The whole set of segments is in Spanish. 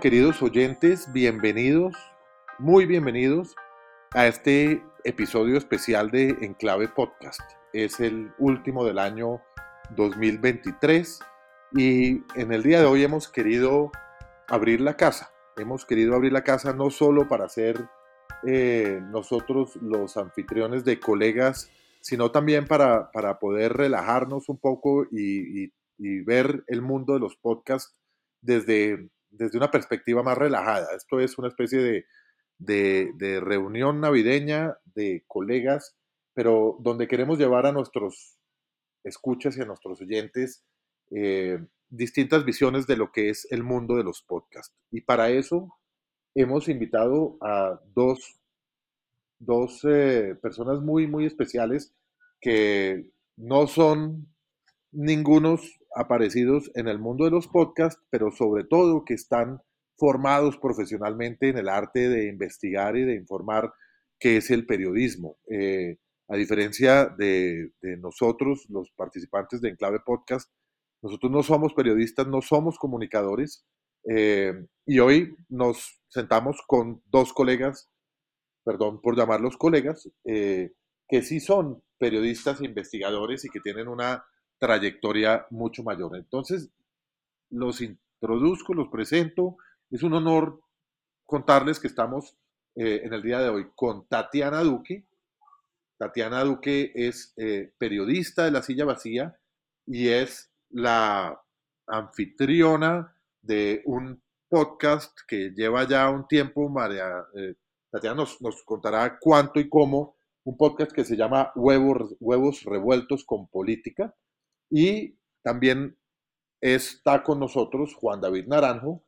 queridos oyentes, bienvenidos, muy bienvenidos a este episodio especial de Enclave Podcast. Es el último del año 2023 y en el día de hoy hemos querido abrir la casa. Hemos querido abrir la casa no solo para ser nosotros los anfitriones de colegas, sino también para poder relajarnos un poco y ver el mundo de los podcasts desde una perspectiva más relajada. Esto es una especie de reunión navideña de colegas, pero donde queremos llevar a nuestros escuchas y a nuestros oyentes distintas visiones de lo que es el mundo de los podcasts. Y para eso hemos invitado a dos personas muy, muy especiales que no son ningunos aparecidos en el mundo de los podcasts, pero sobre todo que están formados profesionalmente en el arte de investigar y de informar qué es el periodismo. A diferencia de nosotros, los participantes de Enclave Podcast, nosotros no somos periodistas, no somos comunicadores, y hoy nos sentamos con dos colegas, perdón por llamarlos colegas, que sí son periodistas e investigadores y que tienen una trayectoria mucho mayor. Entonces, los introduzco, los presento. Es un honor contarles que estamos en el día de hoy con Tatiana Duque. Tatiana Duque es periodista de La Silla Vacía y es la anfitriona de un podcast que lleva ya un tiempo. Tatiana nos contará cuánto y cómo, un podcast que se llama Huevos Revueltos con Política. Y también está con nosotros Juan David Naranjo,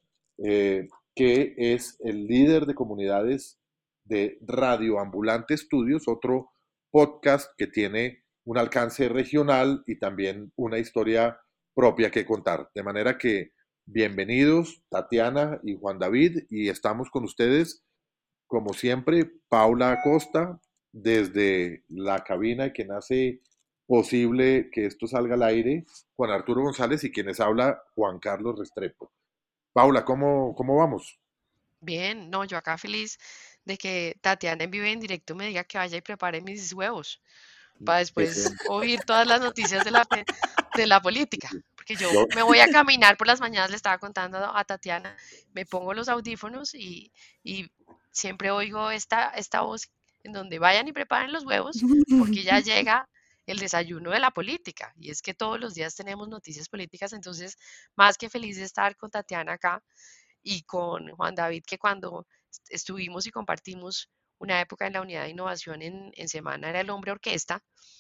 que es el líder de comunidades de Radio Ambulante Estudios, otro podcast que tiene un alcance regional y también una historia propia que contar. De manera que bienvenidos Tatiana y Juan David, y estamos con ustedes, como siempre, Paula Acosta, desde la cabina que hace posible que esto salga al aire, Juan Arturo González, y quienes habla, Juan Carlos Restrepo. Paula, ¿cómo vamos? Bien, no, yo acá feliz de que Tatiana en vivo y en directo me diga que vaya y prepare mis huevos para después Eh, oír todas las noticias de la política. Porque yo yo, me voy a caminar por las mañanas, le estaba contando a Tatiana, me pongo los audífonos y siempre oigo esta voz en donde vayan y preparen los huevos porque ya llega el desayuno de la política. Y es que todos los días tenemos noticias políticas, entonces más que feliz de estar con Tatiana acá y con Juan David, que cuando estuvimos y compartimos una época en la unidad de innovación en Semana era el hombre orquesta,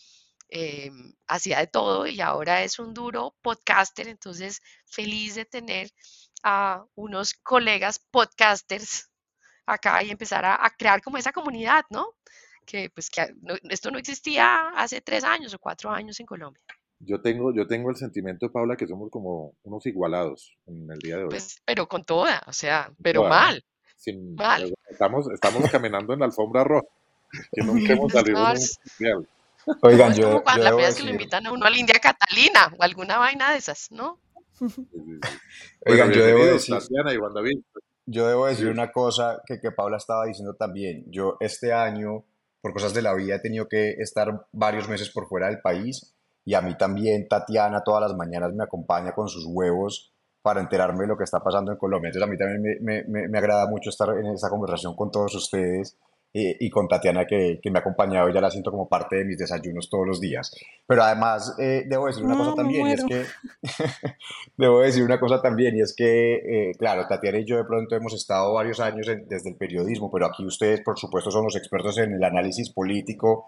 hacía de todo y ahora es un duro podcaster, entonces feliz de tener a unos colegas podcasters acá y empezar a crear como esa comunidad, ¿no? Que pues que esto no existía hace 3 años o 4 años en Colombia. yo tengo el sentimiento, Paula, que somos como unos igualados en el día de hoy. Pues, pero con toda, o sea, pero Toda, ¿no? mal, mal. Estamos caminando en la alfombra roja, que nunca hemos salido en un Estás mundial. No, Oigan, es como yo cuando la debo primera vez que lo decir, invitan a uno a la India Catalina o alguna vaina de esas, ¿no? Sí, sí, sí. Bueno, oigan, bienvenidos, Tatiana y Juan David. yo debo decir Sí, una cosa que Paula estaba diciendo también. Yo este año, por cosas de la vida, he tenido que estar varios meses por fuera del país y a mí también Tatiana todas las mañanas me acompaña con sus huevos para enterarme de lo que está pasando en Colombia. Entonces a mí también me agrada mucho estar en esta conversación con todos ustedes y con Tatiana que me ha acompañado y ya la siento como parte de mis desayunos todos los días. Pero además debo decir una cosa No, me también y es muero. que debo decir una cosa también, y es que, claro, Tatiana y yo de pronto hemos estado varios años desde el periodismo, pero aquí ustedes, por supuesto, son los expertos en el análisis político,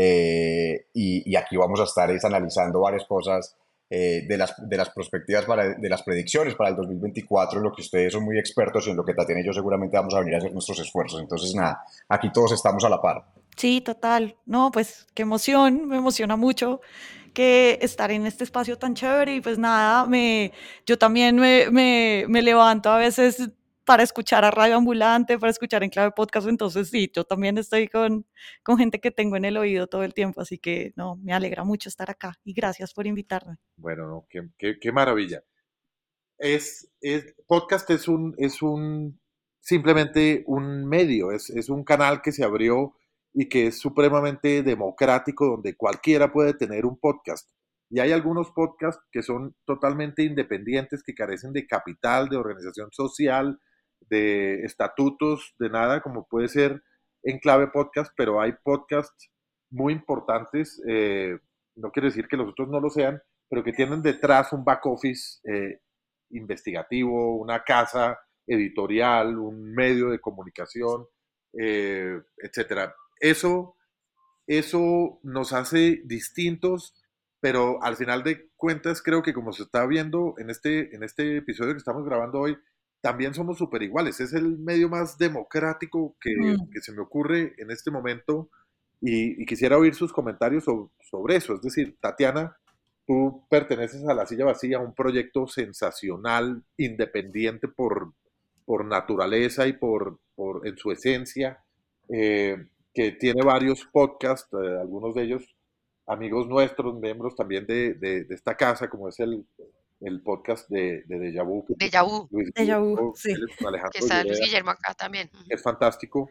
y aquí vamos a estar analizando varias cosas de las perspectivas, de las predicciones para el 2024, en lo que ustedes son muy expertos y en lo que Tatiana y yo seguramente vamos a venir a hacer nuestros esfuerzos. Entonces, nada, aquí todos estamos a la par. Sí, total. No, pues qué emoción, me emociona mucho que estar en este espacio tan chévere y pues nada, yo también me levanto a veces para escuchar a Radio Ambulante, para escuchar en Clave Podcast, entonces sí, yo también estoy con gente que tengo en el oído todo el tiempo, así que no, me alegra mucho estar acá y gracias por invitarme. Bueno, no, qué maravilla. podcast es simplemente un medio, es un canal que se abrió y que es supremamente democrático, donde cualquiera puede tener un podcast. Y hay algunos podcasts que son totalmente independientes, que carecen de capital, de organización social, de estatutos, de nada, como puede ser Enclave Podcast, pero hay podcasts muy importantes, no quiere decir que los otros no lo sean, pero que tienen detrás un back office investigativo, una casa editorial, un medio de comunicación, etcétera. Eso nos hace distintos, pero al final de cuentas creo que como se está viendo en este episodio que estamos grabando hoy, también somos súper iguales. Es el medio más democrático que se me ocurre en este momento y quisiera oír sus comentarios sobre eso. Es decir, Tatiana, tú perteneces a La Silla Vacía, un proyecto sensacional, independiente por naturaleza y en su esencia, que tiene varios podcasts, algunos de ellos amigos nuestros, miembros también de esta casa, como es el podcast de Deja Vu, que Déjà vu, Luis Déjà vu, Guillermo sí. Vélez con que Alejandro está Luis Lloreda, Guillermo acá también. es fantástico.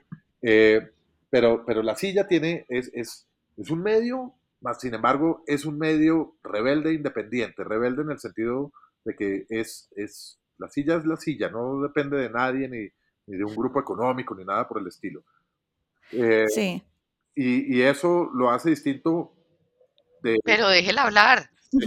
Pero La Silla es un medio, más sin embargo, es un medio rebelde e independiente, rebelde en el sentido de que La Silla es La Silla, no depende de nadie, ni de un grupo económico, ni nada por el estilo. Eh, Sí. y eso lo hace distinto de... Pero déjela hablar.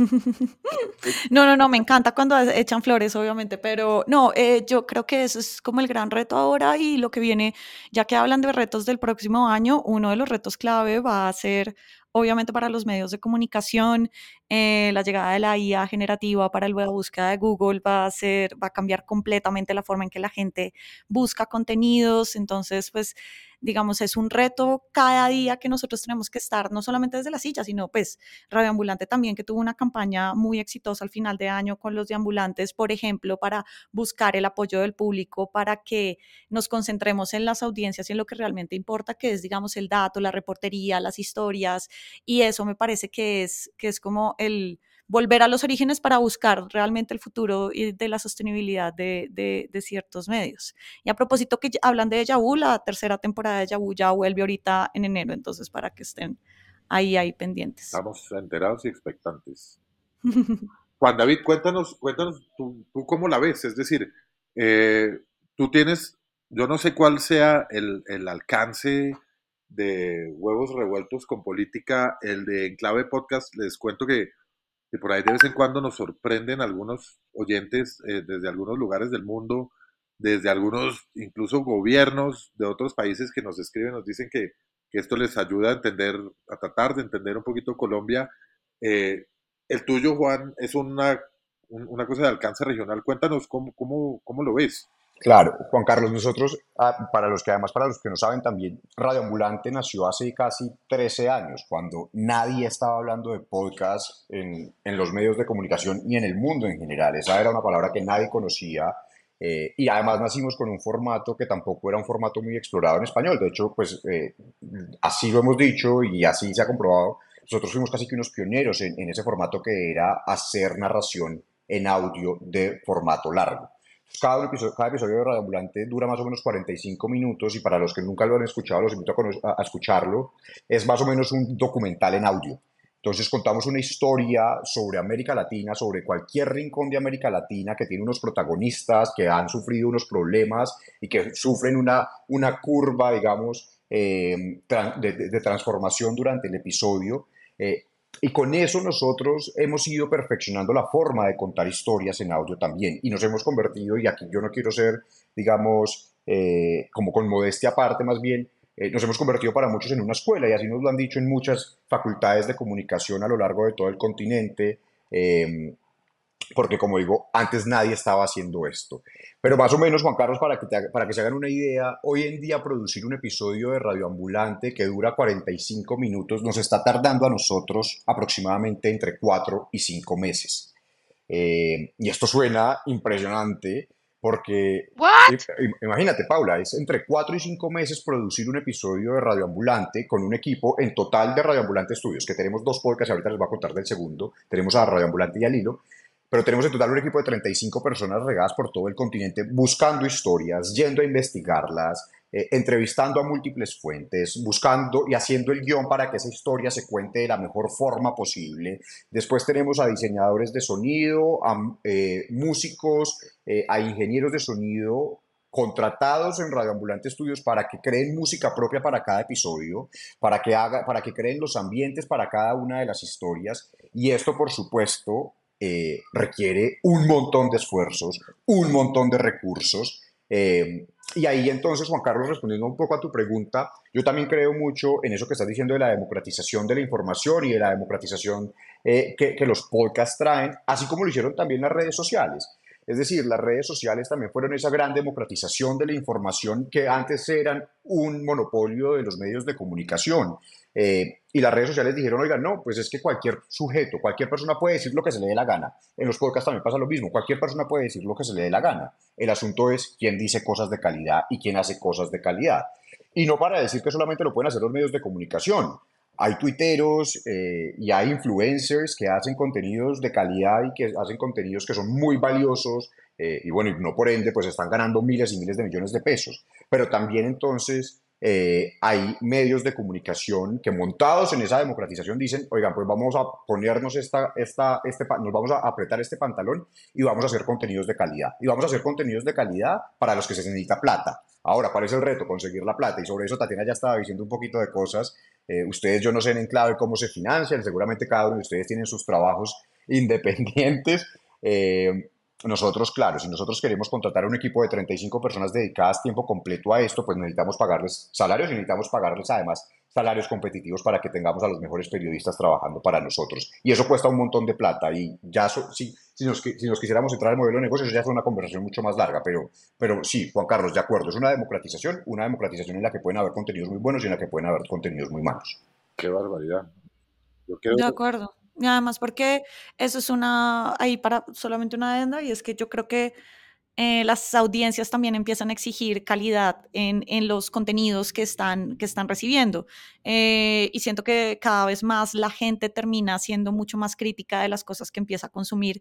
No, me encanta cuando echan flores, obviamente, pero no, yo creo que eso es como el gran reto ahora y lo que viene, ya que hablan de retos del próximo año, uno de los retos clave va a ser, obviamente, para los medios de comunicación, la llegada de la IA generativa para la búsqueda de Google va a cambiar completamente la forma en que la gente busca contenidos, entonces, pues, digamos, es un reto cada día que nosotros tenemos que estar, no solamente desde la silla, sino pues Radio Ambulante también, que tuvo una campaña muy exitosa al final de año con los deambulantes, por ejemplo, para buscar el apoyo del público, para que nos concentremos en las audiencias y en lo que realmente importa, que es, digamos, el dato, la reportería, las historias, y eso me parece que es como el volver a los orígenes para buscar realmente el futuro y de la sostenibilidad de ciertos medios. Y a propósito que hablan de Déjà Vu, la tercera temporada de Déjà Vu ya vuelve ahorita en enero, entonces para que estén ahí pendientes. Estamos enterados y expectantes. Juan David, cuéntanos tú cómo la ves. Es decir, tú tienes, yo no sé cuál sea el alcance de Huevos Revueltos con Política, el de Enclave Podcast. Les cuento que por ahí de vez en cuando nos sorprenden algunos oyentes desde algunos lugares del mundo, desde algunos incluso gobiernos de otros países que nos escriben, nos dicen que esto les ayuda a tratar de entender un poquito Colombia. Eh, el tuyo, Juan, es una cosa de alcance regional. Cuéntanos cómo lo ves. Claro, Juan Carlos, nosotros, para los que no saben también, Radio Ambulante nació hace casi 13 años, cuando nadie estaba hablando de podcast en los medios de comunicación y en el mundo en general. Esa era una palabra que nadie conocía, y además nacimos con un formato que tampoco era un formato muy explorado en español. De hecho, pues así lo hemos dicho y así se ha comprobado. Nosotros fuimos casi que unos pioneros en ese formato, que era hacer narración en audio de formato largo. Cada episodio de Radio Ambulante dura más o menos 45 minutos, y para los que nunca lo han escuchado, los invito a escucharlo. Es más o menos un documental en audio. Entonces contamos una historia sobre América Latina, sobre cualquier rincón de América Latina, que tiene unos protagonistas que han sufrido unos problemas y que sufren una curva, digamos, de transformación durante el episodio. Y con eso nosotros hemos ido perfeccionando la forma de contar historias en audio también, y nos hemos convertido, y aquí yo no quiero ser, digamos, como con modestia aparte, más bien, nos hemos convertido para muchos en una escuela, y así nos lo han dicho en muchas facultades de comunicación a lo largo de todo el continente, porque, como digo, antes nadie estaba haciendo esto. Pero más o menos, Juan Carlos, para que se hagan una idea, hoy en día producir un episodio de Radio Ambulante que dura 45 minutos nos está tardando a nosotros aproximadamente entre 4 y 5 meses. Y esto suena impresionante porque, ¿What? imagínate, Paula, es entre 4 y 5 meses producir un episodio de Radio Ambulante con un equipo en total de Radio Ambulante Estudios, que tenemos 2 podcasts, ahorita les voy a contar del segundo, tenemos a Radio Ambulante y al Hilo. pero tenemos en total un equipo de 35 personas regadas por todo el continente buscando historias, yendo a investigarlas, entrevistando a múltiples fuentes, buscando y haciendo el guión para que esa historia se cuente de la mejor forma posible. Después tenemos a diseñadores de sonido, a músicos, a ingenieros de sonido contratados en Radio Ambulante Estudios para que creen música propia para cada episodio, para que creen los ambientes para cada una de las historias. Y esto, por supuesto, requiere un montón de esfuerzos, un montón de recursos. Y ahí entonces, Juan Carlos, respondiendo un poco a tu pregunta, yo también creo mucho en eso que estás diciendo de la democratización de la información y de la democratización que los podcasts traen, así como lo hicieron también las redes sociales. Es decir, las redes sociales también fueron esa gran democratización de la información que antes eran un monopolio de los medios de comunicación. Y las redes sociales dijeron, oigan, no, pues es que cualquier sujeto, cualquier persona puede decir lo que se le dé la gana. En los podcasts también pasa lo mismo, cualquier persona puede decir lo que se le dé la gana. El asunto es quién dice cosas de calidad y quién hace cosas de calidad. Y no para decir que solamente lo pueden hacer los medios de comunicación. Hay tuiteros y hay influencers que hacen contenidos de calidad y que hacen contenidos que son muy valiosos y bueno, y no por ende, pues están ganando miles y miles de millones de pesos. Pero también entonces hay medios de comunicación que montados en esa democratización dicen, oigan, pues vamos a ponernos nos vamos a apretar este pantalón y vamos a hacer contenidos de calidad. Y vamos a hacer contenidos de calidad para los que se necesita plata. Ahora, ¿cuál es el reto? Conseguir la plata. Y sobre eso Tatiana ya estaba diciendo un poquito de cosas. Ustedes, yo no sé en clave cómo se financian, seguramente cada uno de ustedes tienen sus trabajos independientes. Nosotros, claro, si nosotros queremos contratar un equipo de 35 personas dedicadas tiempo completo a esto, pues necesitamos pagarles salarios y necesitamos pagarles además salarios competitivos para que tengamos a los mejores periodistas trabajando para nosotros. Y eso cuesta un montón de plata y ya si nos quisiéramos entrar al modelo de negocio, eso ya es una conversación mucho más larga, pero sí, Juan Carlos, de acuerdo, es una democratización en la que pueden haber contenidos muy buenos y en la que pueden haber contenidos muy malos. Qué barbaridad. Yo quiero... De acuerdo. Y además porque eso es ahí para solamente una adenda, y es que yo creo que las audiencias también empiezan a exigir calidad en los contenidos que están recibiendo. Y siento que cada vez más la gente termina siendo mucho más crítica de las cosas que empieza a consumir.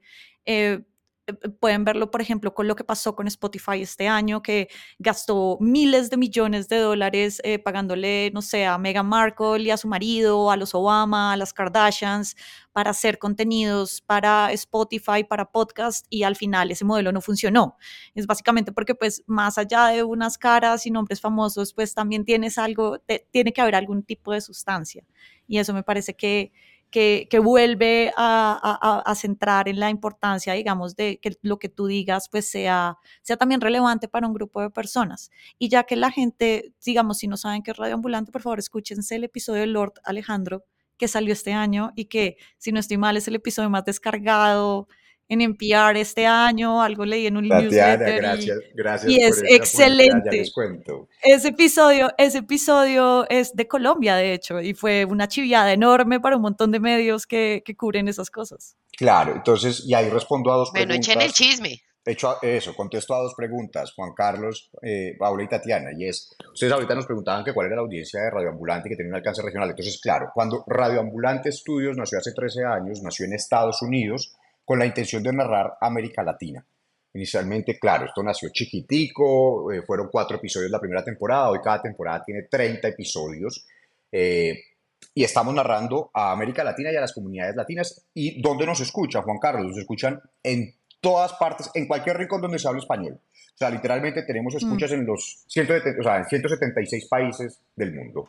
Pueden verlo, por ejemplo, con lo que pasó con Spotify este año, que gastó miles de millones de dólares pagándole, no sé, a Meghan Markle y a su marido, a los Obama, a las Kardashians, para hacer contenidos para Spotify, para podcast, y al final ese modelo no funcionó. Es básicamente porque, pues, más allá de unas caras y nombres famosos, pues también tiene que haber algún tipo de sustancia. Y eso me parece que vuelve a centrar en la importancia, digamos, de que lo que tú digas pues sea también relevante para un grupo de personas. Y ya que la gente, digamos, si no saben qué es Radio Ambulante, por favor, escúchense el episodio de Lord Alejandro que salió este año y que, si no estoy mal, es el episodio más descargado en NPR este año. Algo leí en un Tatiana, newsletter gracias y por es ese aporte, ya les excelente. cuento. Ese episodio es de Colombia, de hecho, y fue una chiviada enorme para un montón de medios que cubren esas cosas. Claro, entonces, y ahí respondo a dos Bueno, echen el preguntas. chisme. Contesto a dos preguntas, Juan Carlos, Paula y Tatiana, y es, ustedes ahorita nos preguntaban que cuál era la audiencia de Radio Ambulante que tenía un alcance regional. Entonces, claro, cuando Radio Ambulante Estudios nació hace 13 años, nació en Estados Unidos con la intención de narrar América Latina. Inicialmente, claro, esto nació chiquitico, fueron 4 episodios la primera temporada, hoy cada temporada tiene 30 episodios, eh, y estamos narrando a América Latina y a las comunidades latinas. ¿Y dónde nos escuchan, Juan Carlos? Nos escuchan en todas partes, en cualquier rincón donde se hable español. O sea, literalmente tenemos escuchas en los en 176 países del mundo.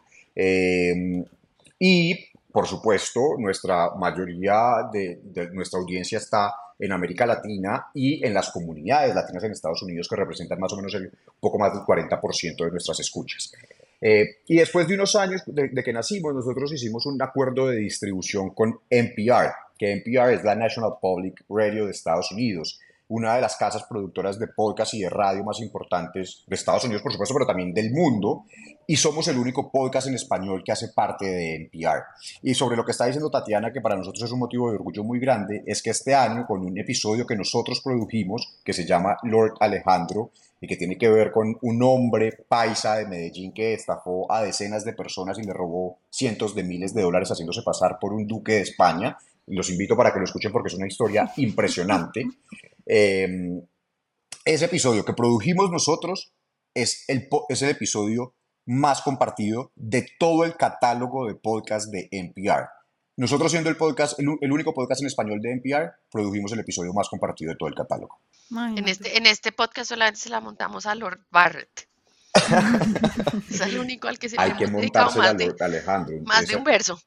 Y, por supuesto, nuestra mayoría de nuestra audiencia está en América Latina y en las comunidades latinas en Estados Unidos, que representan más o menos un poco más del 40% de nuestras escuchas. Y después de unos años de que nacimos, nosotros hicimos un acuerdo de distribución con NPR, que NPR es la National Public Radio de Estados Unidos, una de las casas productoras de podcast y de radio más importantes de Estados Unidos, por supuesto, pero también del mundo, y somos el único podcast en español que hace parte de NPR. Y sobre lo que está diciendo Tatiana, que para nosotros es un motivo de orgullo muy grande, es que este año, con un episodio que nosotros produjimos, que se llama Lord Alejandro, y que tiene que ver con un hombre paisa de Medellín que estafó a decenas de personas y le robó cientos de miles de dólares haciéndose pasar por un duque de España, los invito para que lo escuchen porque es una historia impresionante. Ese episodio que produjimos nosotros es es el episodio más compartido de todo el catálogo de podcast de NPR. Nosotros siendo el podcast, el único podcast en español de NPR, produjimos el episodio más compartido de todo el catálogo. En este podcast solamente se la montamos a Lord Barrett. Es el único al que se le Hay que hemos dedicado montársela a Lord Alejandro. más de un verso.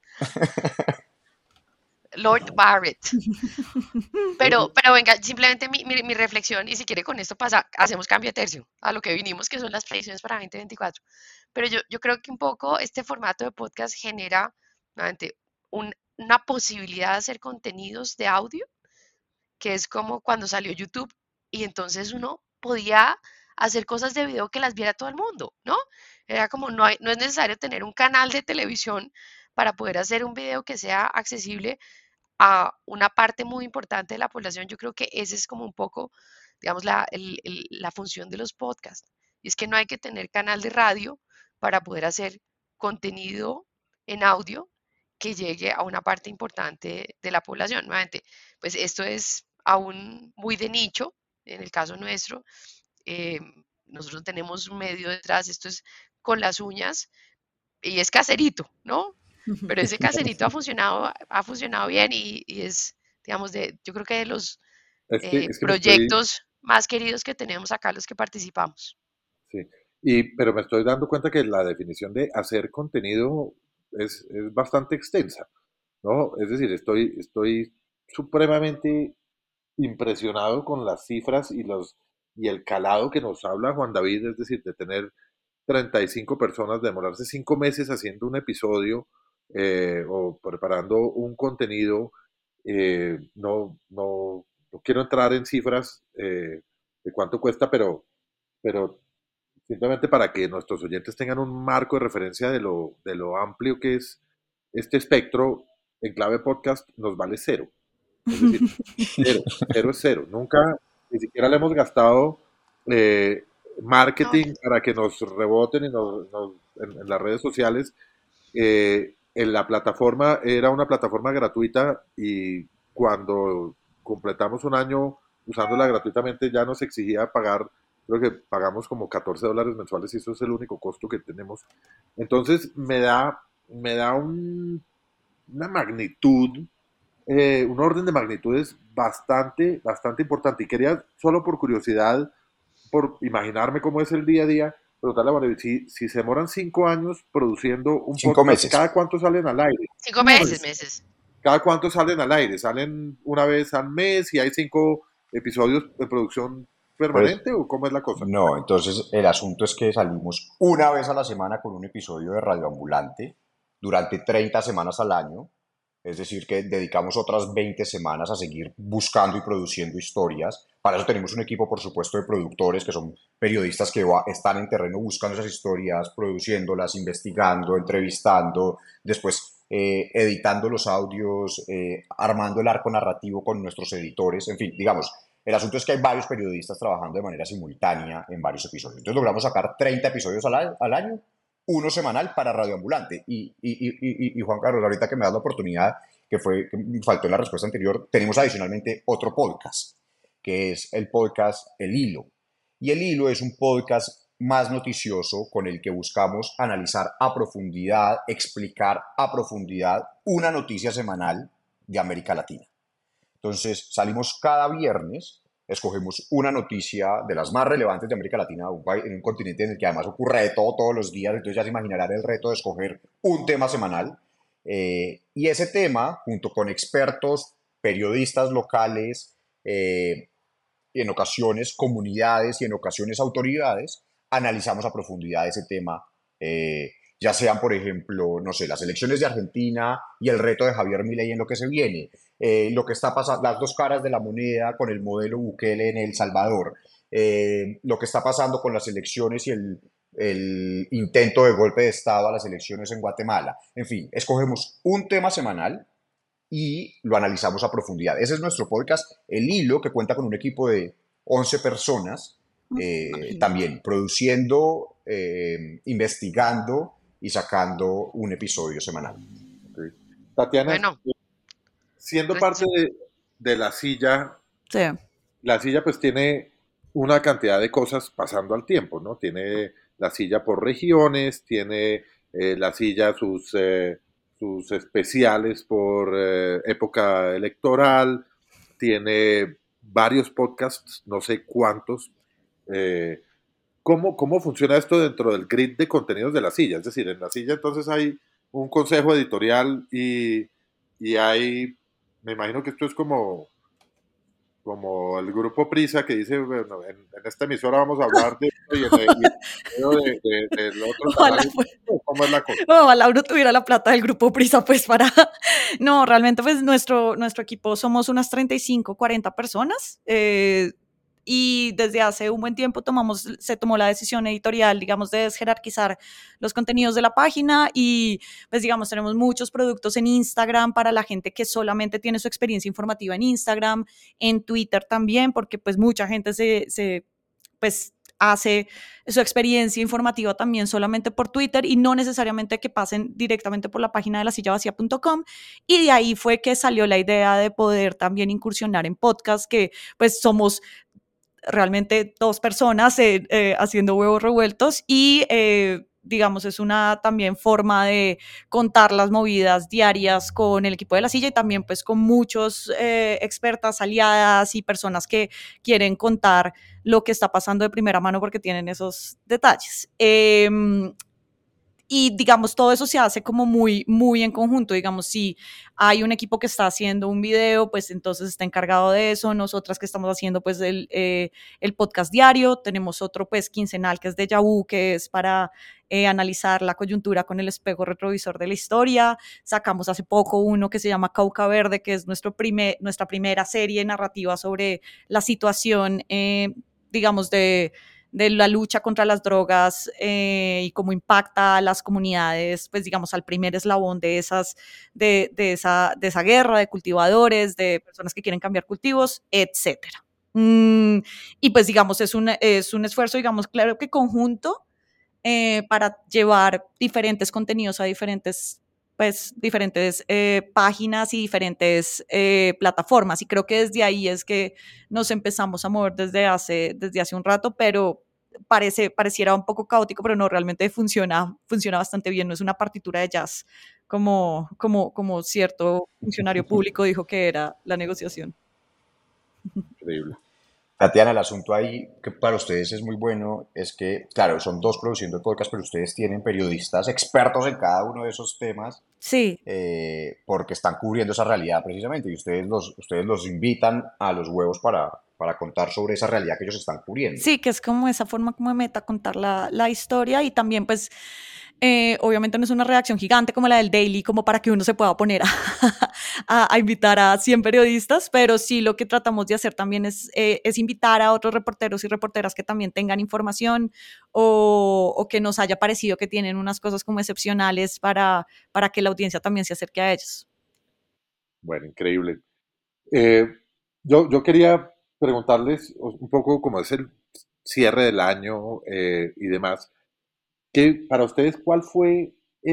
Lord Barrett. Pero venga, simplemente mi reflexión, y si quiere con esto hacemos cambio de tercio a lo que vinimos, que son las predicciones para 2024. Pero yo creo que un poco este formato de podcast genera nuevamente una posibilidad de hacer contenidos de audio, que es como cuando salió YouTube y entonces uno podía hacer cosas de video que las viera todo el mundo, ¿no? Era como no es necesario tener un canal de televisión para poder hacer un video que sea accesible a una parte muy importante de la población. Yo creo que ese es como un poco, digamos, la función de los podcasts. Y es que no hay que tener canal de radio para poder hacer contenido en audio que llegue a una parte importante de la población. Nuevamente, pues esto es aún muy de nicho, en el caso nuestro. eh, Nosotros tenemos un medio detrás, esto es con las uñas y es caserito, ¿no? Pero ese caserito ha funcionado bien y es, digamos, yo creo que de los Es que proyectos más queridos que tenemos acá los que participamos. sí, pero me estoy dando cuenta que la definición de hacer contenido es bastante extensa, ¿no? Es decir, estoy supremamente impresionado con las cifras y el calado que nos habla Juan David, es decir, de tener 35 personas, demorarse 5 meses haciendo un episodio o preparando un contenido. No quiero entrar en cifras de cuánto cuesta, pero simplemente para que nuestros oyentes tengan un marco de referencia de lo amplio que es este espectro, en clave podcast nos vale cero. Es decir, cero, cero es cero. Nunca, ni siquiera le hemos gastado eh, No, marketing para que nos reboten en las redes sociales. En la plataforma era una plataforma gratuita y cuando completamos un año usándola gratuitamente ya nos exigía pagar, creo que pagamos como $14 mensuales y eso es el único costo que tenemos. Entonces me da una magnitud, un orden de magnitudes bastante, bastante importante. Y quería, solo por curiosidad, por imaginarme cómo es el día a día, preguntarle a Manuel, si se demoran 5 años produciendo un 5 podcast, meses. ¿cada cuánto salen al aire? 5 Meses. meses. ¿Cada cuánto salen al aire? ¿Salen una vez al mes y hay 5 episodios de producción Pues permanente o cómo es la cosa? no, entonces el asunto es que salimos una vez a la semana con un episodio de Radioambulante durante 30 semanas al año, es decir, que dedicamos otras 20 semanas a seguir buscando y produciendo historias. Para eso tenemos un equipo, por supuesto, de productores que son periodistas que están en terreno buscando esas historias, produciéndolas, investigando, entrevistando, después editando los audios, armando el arco narrativo con nuestros editores, en fin, digamos. El asunto es que hay varios periodistas trabajando de manera simultánea en varios episodios. Entonces logramos sacar 30 episodios al año, uno semanal para Radioambulante. Y Juan Carlos, ahorita que me das la oportunidad, que me faltó en la respuesta anterior, tenemos adicionalmente otro podcast, que es el podcast El Hilo. Y El Hilo es un podcast más noticioso con el que buscamos analizar a profundidad, explicar a profundidad una noticia semanal de América Latina. Entonces salimos cada viernes, escogemos una noticia de las más relevantes de América Latina, en un continente en el que además ocurre de todo todos los días, entonces ya se imaginarán el reto de escoger un tema semanal. Y ese tema, junto con expertos, periodistas locales, y en ocasiones comunidades y en ocasiones autoridades, analizamos a profundidad ese tema, ya sean, por ejemplo, no sé, las elecciones de Argentina y el reto de Javier Milei en lo que se viene, lo que está pasando, las dos caras de la moneda con el modelo Bukele en El Salvador, lo que está pasando con las elecciones y el intento de golpe de Estado a las elecciones en Guatemala. En fin, escogemos un tema semanal y lo analizamos a profundidad. Ese es nuestro podcast, El Hilo, que cuenta con un equipo de 11 personas, también produciendo, investigando y sacando un episodio semanal. Sí. Tatiana, Bueno, siendo Pues parte de la silla, Sí. la silla pues tiene una cantidad de cosas pasando al tiempo, ¿no? Tiene la silla por regiones, tiene la silla sus especiales por época electoral, tiene varios podcasts, no sé cuántos. eh, ¿Cómo funciona esto dentro del grid de contenidos de la silla? Es decir, en la silla entonces hay un consejo editorial y hay, me imagino que esto es como el grupo Prisa que dice, bueno, en esta emisora vamos a hablar de esto del otro Ojalá, canal, ¿cómo es la cosa? ojalá uno tuviera la plata del grupo Prisa, pues para... No, realmente pues nuestro equipo somos unas 35, 40 personas. Y desde hace un buen tiempo se tomó la decisión editorial, digamos, de desjerarquizar los contenidos de la página y, pues, digamos, tenemos muchos productos en Instagram para la gente que solamente tiene su experiencia informativa en Instagram, en Twitter también, porque, pues, mucha gente pues, hace su experiencia informativa también solamente por Twitter y no necesariamente que pasen directamente por la página de lasillavacía.com. Y de ahí fue que salió la idea de poder también incursionar en podcast, que pues somos realmente dos personas haciendo huevos revueltos y digamos es una también forma de contar las movidas diarias con el equipo de la silla y también pues con muchos expertas, aliadas y personas que quieren contar lo que está pasando de primera mano porque tienen esos detalles. Y digamos, todo eso se hace como muy, muy en conjunto. Digamos, si hay un equipo que está haciendo un video, pues entonces está encargado de eso. Nosotras que estamos haciendo pues el podcast diario, tenemos otro pues quincenal que es Deja Vu, que es para analizar la coyuntura con el espejo retrovisor de la historia. Sacamos hace poco uno que se llama Cauca Verde, que es nuestra primera serie narrativa sobre la situación, digamos, de la lucha contra las drogas y cómo impacta a las comunidades, pues digamos al primer eslabón de esa guerra de cultivadores, de personas que quieren cambiar cultivos, etcétera. Y pues digamos es un esfuerzo, digamos, claro que conjunto para llevar diferentes contenidos a diferentes páginas y diferentes plataformas. Y creo que desde ahí es que nos empezamos a mover desde hace un rato, pero pareciera un poco caótico, pero no, realmente funciona bastante bien. No es una partitura de jazz como cierto funcionario público dijo que era la negociación. Increíble. Tatiana, el asunto ahí que para ustedes es muy bueno es que, claro, son dos produciendo el podcast, pero ustedes tienen periodistas expertos en cada uno de esos temas Sí. porque están cubriendo esa realidad precisamente y ustedes los invitan a los huevos para contar sobre esa realidad que ellos están cubriendo. Sí, que es como esa forma como de meta contar la historia y también pues obviamente no es una redacción gigante como la del Daily, como para que uno se pueda poner a invitar a 100 periodistas, pero sí lo que tratamos de hacer también es invitar a otros reporteros y reporteras que también tengan información o que nos haya parecido que tienen unas cosas como excepcionales para que la audiencia también se acerque a ellos. Bueno, increíble. Eh, yo quería preguntarles un poco cómo es el cierre del año y demás. Para ustedes, ¿cuál fue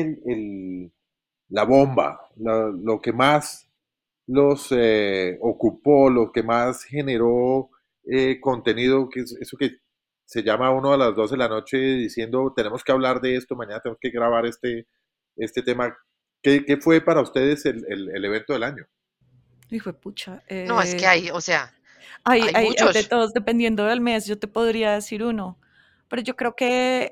la bomba, lo que más los ocupó, lo que más generó contenido, que es eso que se llama uno a las 12 de la noche diciendo tenemos que hablar de esto, mañana tenemos que grabar este tema? ¿Qué fue para ustedes el evento del año? Hijo de pucha. no, es que hay, o sea, Hay hay de muchos. todos, dependiendo del mes, yo te podría decir uno. Pero yo creo que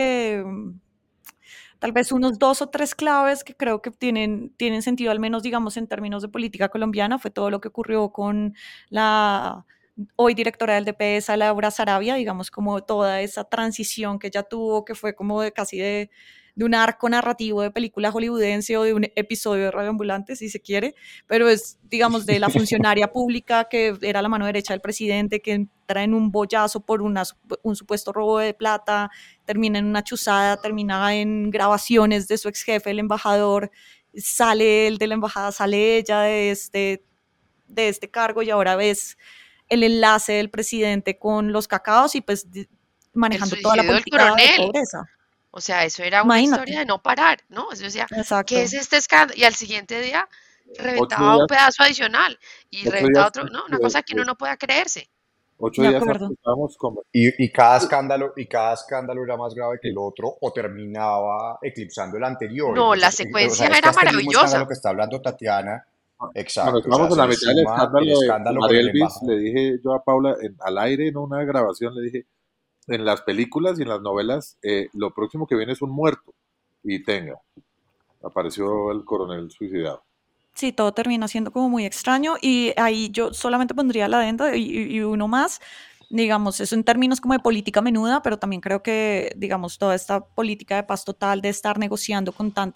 tal vez unos 2 o 3 claves que creo que tienen sentido, al menos digamos en términos de política colombiana, fue todo lo que ocurrió con la hoy directora del DPS, Laura Sarabia, digamos como toda esa transición que ella tuvo, que fue como de un arco narrativo de película hollywoodense o de un episodio de Radio Ambulante, si se quiere, pero es, digamos, de la funcionaria pública que era la mano derecha del presidente, que entra en un bollazo por un supuesto robo de plata, termina en una chuzada, termina en grabaciones de su ex jefe, el embajador, sale él de la embajada, sale ella de este cargo y ahora ves el enlace del presidente con los cacaos y pues El manejando toda la suicidio del política de coronel. pobreza. O sea, eso era una Imagínate. historia de no parar, ¿no? Yo decía, ¿qué Exacto. es este escándalo? Y al siguiente día reventaba un días, pedazo adicional y 8 días reventaba otro, no, una cosa que uno no pueda creerse. 8 días De antes acuerdo. estábamos Y cada escándalo era más grave que el otro o terminaba eclipsando el anterior. No, la Entonces, o secuencia sea, era este mismo escándalo maravillosa. que está hablando Tatiana, Cuando exacto, o sea, estábamos en se la le mitad del suma el escándalo de escándalo con María el Elvis, le embajador. dije yo a Paula al aire en una grabación, le dije, en las películas y en las novelas, lo próximo que viene es un muerto. Y apareció el coronel suicidado. Sí, todo termina siendo como muy extraño y ahí yo solamente pondría la adenda y uno más, digamos, eso en términos como de política menuda, pero también creo que, digamos, toda esta política de paz total, de estar negociando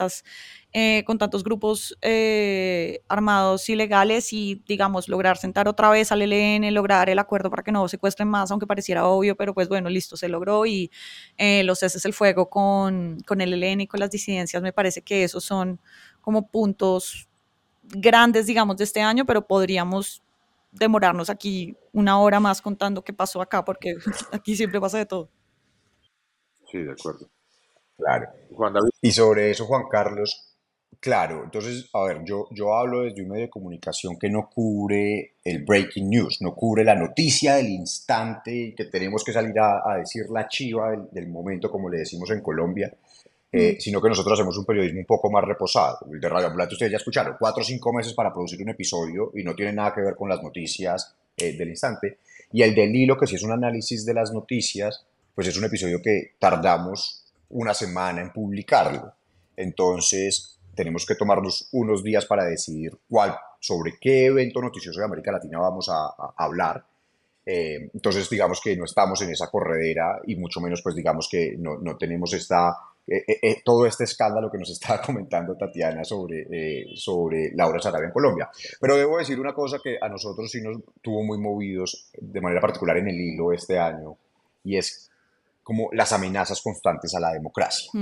con tantos grupos armados ilegales y, digamos, lograr sentar otra vez al ELN, lograr el acuerdo para que no secuestren más, aunque pareciera obvio, pero pues bueno, listo, se logró y los ceses el fuego con el ELN y con las disidencias, me parece que esos son como puntos grandes, digamos, de este año, pero podríamos demorarnos aquí una hora más contando qué pasó acá, porque aquí siempre pasa de todo. Sí, de acuerdo. Claro. Juan David. Y sobre eso, Juan Carlos, claro, entonces, a ver, yo hablo desde un medio de comunicación que no cubre el breaking news, no cubre la noticia del instante y que tenemos que salir a decir la chiva del momento, como le decimos en Colombia, sino que nosotros hacemos un periodismo un poco más reposado. El de Radio Ambulante ustedes ya escucharon, 4 o 5 meses para producir un episodio y no tiene nada que ver con las noticias del instante. Y el del hilo, que si es un análisis de las noticias, pues es un episodio que tardamos una semana en publicarlo. Entonces, tenemos que tomarnos unos días para decidir sobre qué evento noticioso de América Latina vamos a hablar. Entonces, digamos que no estamos en esa corredera y mucho menos, pues digamos que no tenemos todo este escándalo que nos estaba comentando Tatiana sobre Laura Sarabia en Colombia. Pero debo decir una cosa que a nosotros sí nos tuvo muy movidos, de manera particular en el hilo este año, y es como las amenazas constantes a la democracia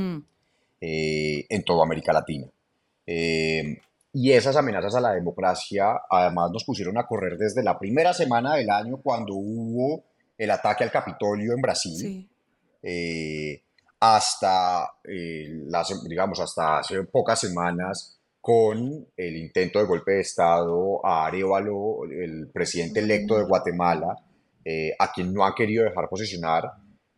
en toda América Latina. Y esas amenazas a la democracia además nos pusieron a correr desde la primera semana del año cuando hubo el ataque al Capitolio en Brasil, Sí. hasta, digamos, hasta hace pocas semanas con el intento de golpe de Estado a Arévalo, el presidente electo de Guatemala, a quien no han querido dejar posesionar.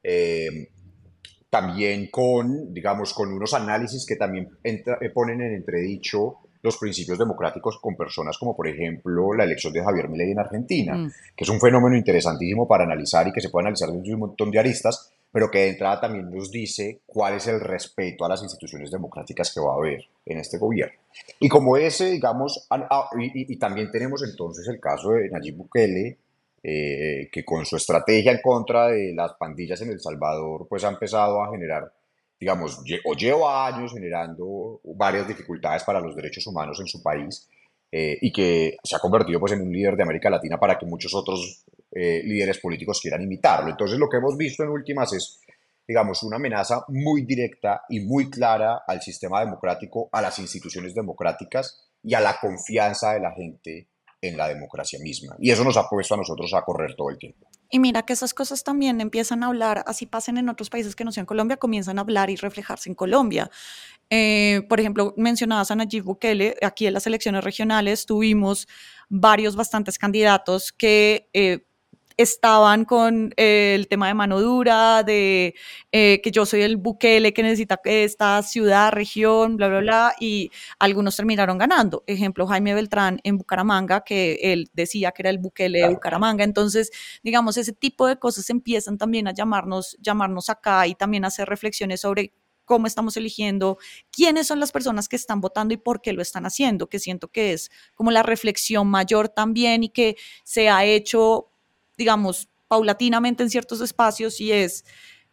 También digamos, con unos análisis que también ponen en entredicho los principios democráticos con personas como, por ejemplo, la elección de Javier Milei en Argentina, que es un fenómeno interesantísimo para analizar y que se puede analizar desde un montón de aristas, pero que de entrada también nos dice cuál es el respeto a las instituciones democráticas que va a haber en este gobierno. Y como ese, digamos, y también tenemos entonces el caso de Nayib Bukele, que con su estrategia en contra de las pandillas en El Salvador, pues ha empezado a generar, digamos, o lleva años generando varias dificultades para los derechos humanos en su país, y que se ha convertido pues en un líder de América Latina para que muchos otros líderes políticos quieran imitarlo. Entonces lo que hemos visto en últimas es, digamos, una amenaza muy directa y muy clara al sistema democrático, a las instituciones democráticas y a la confianza de la gente en la democracia misma. Y eso nos ha puesto a nosotros a correr todo el tiempo. Y mira que esas cosas también empiezan a hablar, así pasen en otros países que no sean Colombia, comienzan a hablar y reflejarse en Colombia. Por ejemplo, mencionabas a Nayib Bukele, aquí en las elecciones regionales tuvimos bastantes candidatos que estaban con el tema de mano dura, de que yo soy el Bukele que necesita esta ciudad, región, bla, bla, bla, y algunos terminaron ganando. Ejemplo, Jaime Beltrán en Bucaramanga, que él decía que era el Bukele de Bucaramanga. Entonces, digamos, ese tipo de cosas empiezan también a llamarnos acá y también a hacer reflexiones sobre cómo estamos eligiendo, quiénes son las personas que están votando y por qué lo están haciendo, que siento que es como la reflexión mayor también y que se ha hecho, digamos, paulatinamente en ciertos espacios, y es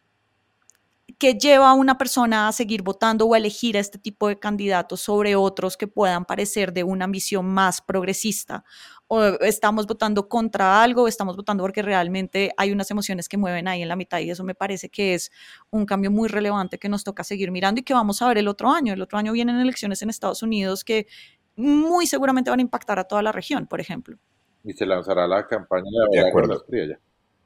que lleva a una persona a seguir votando o a elegir a este tipo de candidatos sobre otros que puedan parecer de una ambición más progresista. O estamos votando contra algo, o estamos votando porque realmente hay unas emociones que mueven ahí en la mitad, y eso me parece que es un cambio muy relevante que nos toca seguir mirando y que vamos a ver el otro año. El otro año vienen elecciones en Estados Unidos que muy seguramente van a impactar a toda la región, por ejemplo. Y se lanzará la campaña De de Bailar con acuerdo. las Priellas.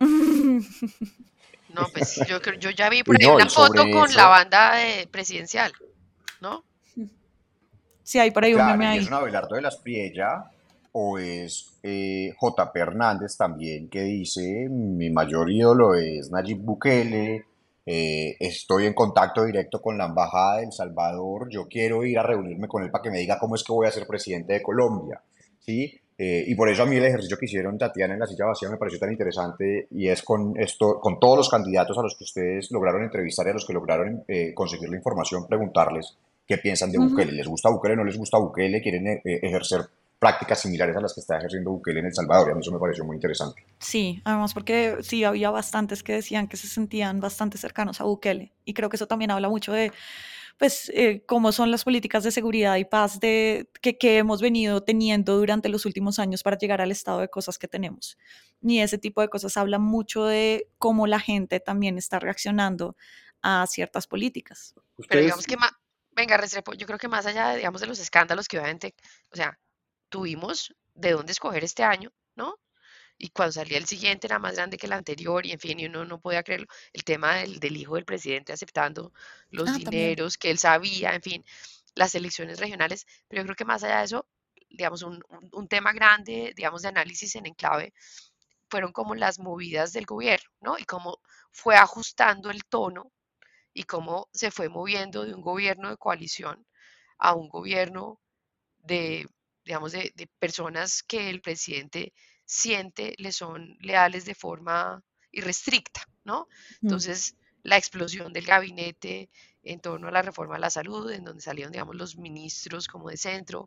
No, pues yo ya vi por Y ahí no, una y foto sobre con la eso, banda presidencial, ¿no? Sí, hay por ahí un meme Claro, y es ahí. un Abelardo de la Espriella, o es J.P. Hernández también, que dice, mi mayor ídolo es Nayib Bukele, estoy en contacto directo con la Embajada de El Salvador, yo quiero ir a reunirme con él para que me diga cómo es que voy a ser presidente de Colombia, ¿sí? Y por eso a mí el ejercicio que hicieron Tatiana en la silla vacía me pareció tan interesante, y es con esto, con todos los candidatos a los que ustedes lograron entrevistar y a los que lograron conseguir la información, preguntarles qué piensan de Ujú. Bukele. ¿Les gusta Bukele? ¿No les gusta Bukele? ¿Quieren ejercer prácticas similares a las que está ejerciendo Bukele en El Salvador? Y a mí eso me pareció muy interesante. Sí, además porque sí, había bastantes que decían que se sentían bastante cercanos a Bukele. Y creo que eso también habla mucho de, pues, cómo son las políticas de seguridad y paz que hemos venido teniendo durante los últimos años para llegar al estado de cosas que tenemos. Y ese tipo de cosas habla mucho de cómo la gente también está reaccionando a ciertas políticas. Pero Ustedes, digamos que venga, Restrepo, yo creo que más allá, digamos, de los escándalos que obviamente, o sea, tuvimos de dónde escoger este año, ¿no? Y cuando salía el siguiente era más grande que el anterior y en fin, y uno no podía creerlo. El tema del hijo del presidente aceptando los Ah, también. dineros que él sabía, en fin, las elecciones regionales, pero yo creo que más allá de eso, digamos, un tema grande, digamos, de análisis en enclave fueron como las movidas del gobierno, ¿no? Y cómo fue ajustando el tono y cómo se fue moviendo de un gobierno de coalición a un gobierno de, digamos, de personas que el presidente siente le son leales de forma irrestricta, ¿no? Mm. Entonces, la explosión del gabinete en torno a la reforma a la salud, en donde salieron, digamos, los ministros como de centro,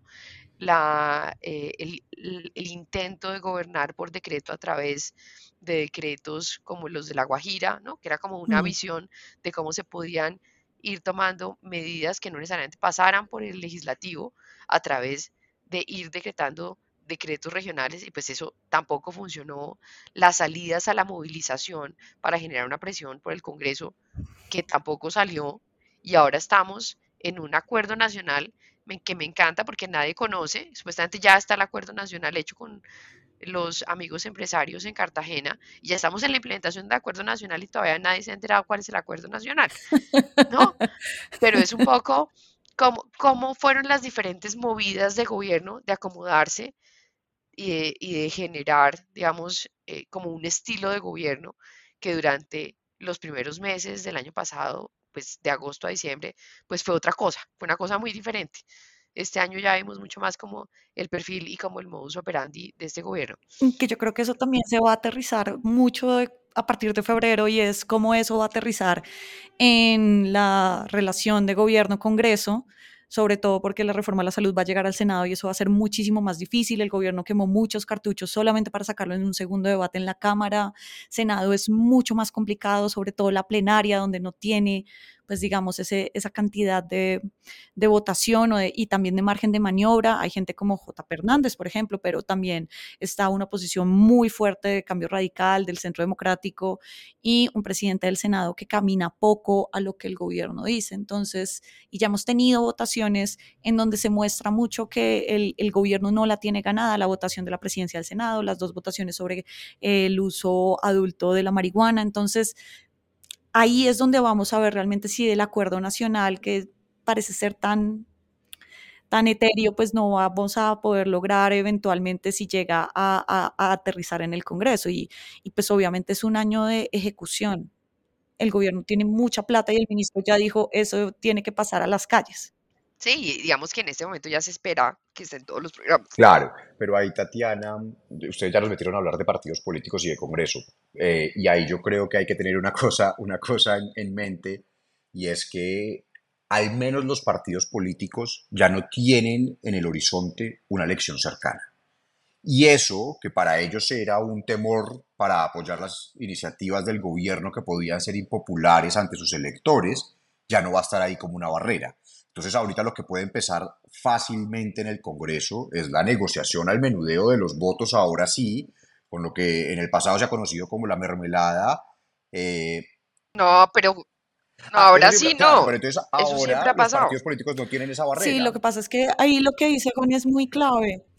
el intento de gobernar por decreto a través de decretos como los de La Guajira, ¿no? Que era como una Mm. visión de cómo se podían ir tomando medidas que no necesariamente pasaran por el legislativo a través de ir decretando decretos regionales y pues eso tampoco funcionó. Las salidas a la movilización para generar una presión por el Congreso que tampoco salió y ahora estamos en un acuerdo nacional que me encanta porque nadie conoce, supuestamente ya está el acuerdo nacional hecho con los amigos empresarios en Cartagena y ya estamos en la implementación del acuerdo nacional y todavía nadie se ha enterado cuál es el acuerdo nacional, ¿no? Pero es un poco cómo fueron las diferentes movidas de gobierno de acomodarse y de generar, digamos, como un estilo de gobierno que durante los primeros meses del año pasado, pues de agosto a diciembre, pues fue otra cosa, fue una cosa muy diferente. Este año ya vimos mucho más como el perfil y como el modus operandi de este gobierno. Que yo creo que eso también se va a aterrizar mucho a partir de febrero y es cómo eso va a aterrizar en la relación de gobierno-congreso, sobre todo porque la reforma a la salud va a llegar al Senado y eso va a ser muchísimo más difícil. El gobierno quemó muchos cartuchos solamente para sacarlo en un segundo debate en la Cámara. Senado es mucho más complicado, sobre todo la plenaria, donde no tiene, pues digamos, esa cantidad de votación y también de margen de maniobra. Hay gente como J. Hernández, por ejemplo, pero también está una posición muy fuerte de Cambio Radical, del Centro Democrático y un presidente del Senado que camina poco a lo que el gobierno dice. Entonces, y ya hemos tenido votaciones en donde se muestra mucho que el gobierno no la tiene ganada, la votación de la presidencia del Senado, las dos votaciones sobre el uso adulto de la marihuana. Entonces, ahí es donde vamos a ver realmente si el acuerdo nacional, que parece ser tan etéreo, pues no vamos a poder lograr eventualmente si llega a aterrizar en el Congreso. Y pues obviamente es un año de ejecución. El gobierno tiene mucha plata y el ministro ya dijo, eso tiene que pasar a las calles. Sí, y digamos que en este momento ya se espera que estén todos los programas. Claro, pero ahí, Tatiana, ustedes ya nos metieron a hablar de partidos políticos y de Congreso. Y ahí yo creo que hay que tener una cosa en mente, y es que al menos los partidos políticos ya no tienen en el horizonte una elección cercana. Y eso, que para ellos era un temor para apoyar las iniciativas del gobierno que podían ser impopulares ante sus electores, ya no va a estar ahí como una barrera. Entonces ahorita lo que puede empezar fácilmente en el Congreso es la negociación al menudeo de los votos, ahora sí, con lo que en el pasado se ha conocido como la mermelada. eh, No, pero no, Eso ahora siempre, sí claro, no. pero entonces Eso siempre ahora ha los pasado. partidos políticos no tienen esa Sí, lo barrera. que pasa es que ahí lo que dice Goni es muy clave.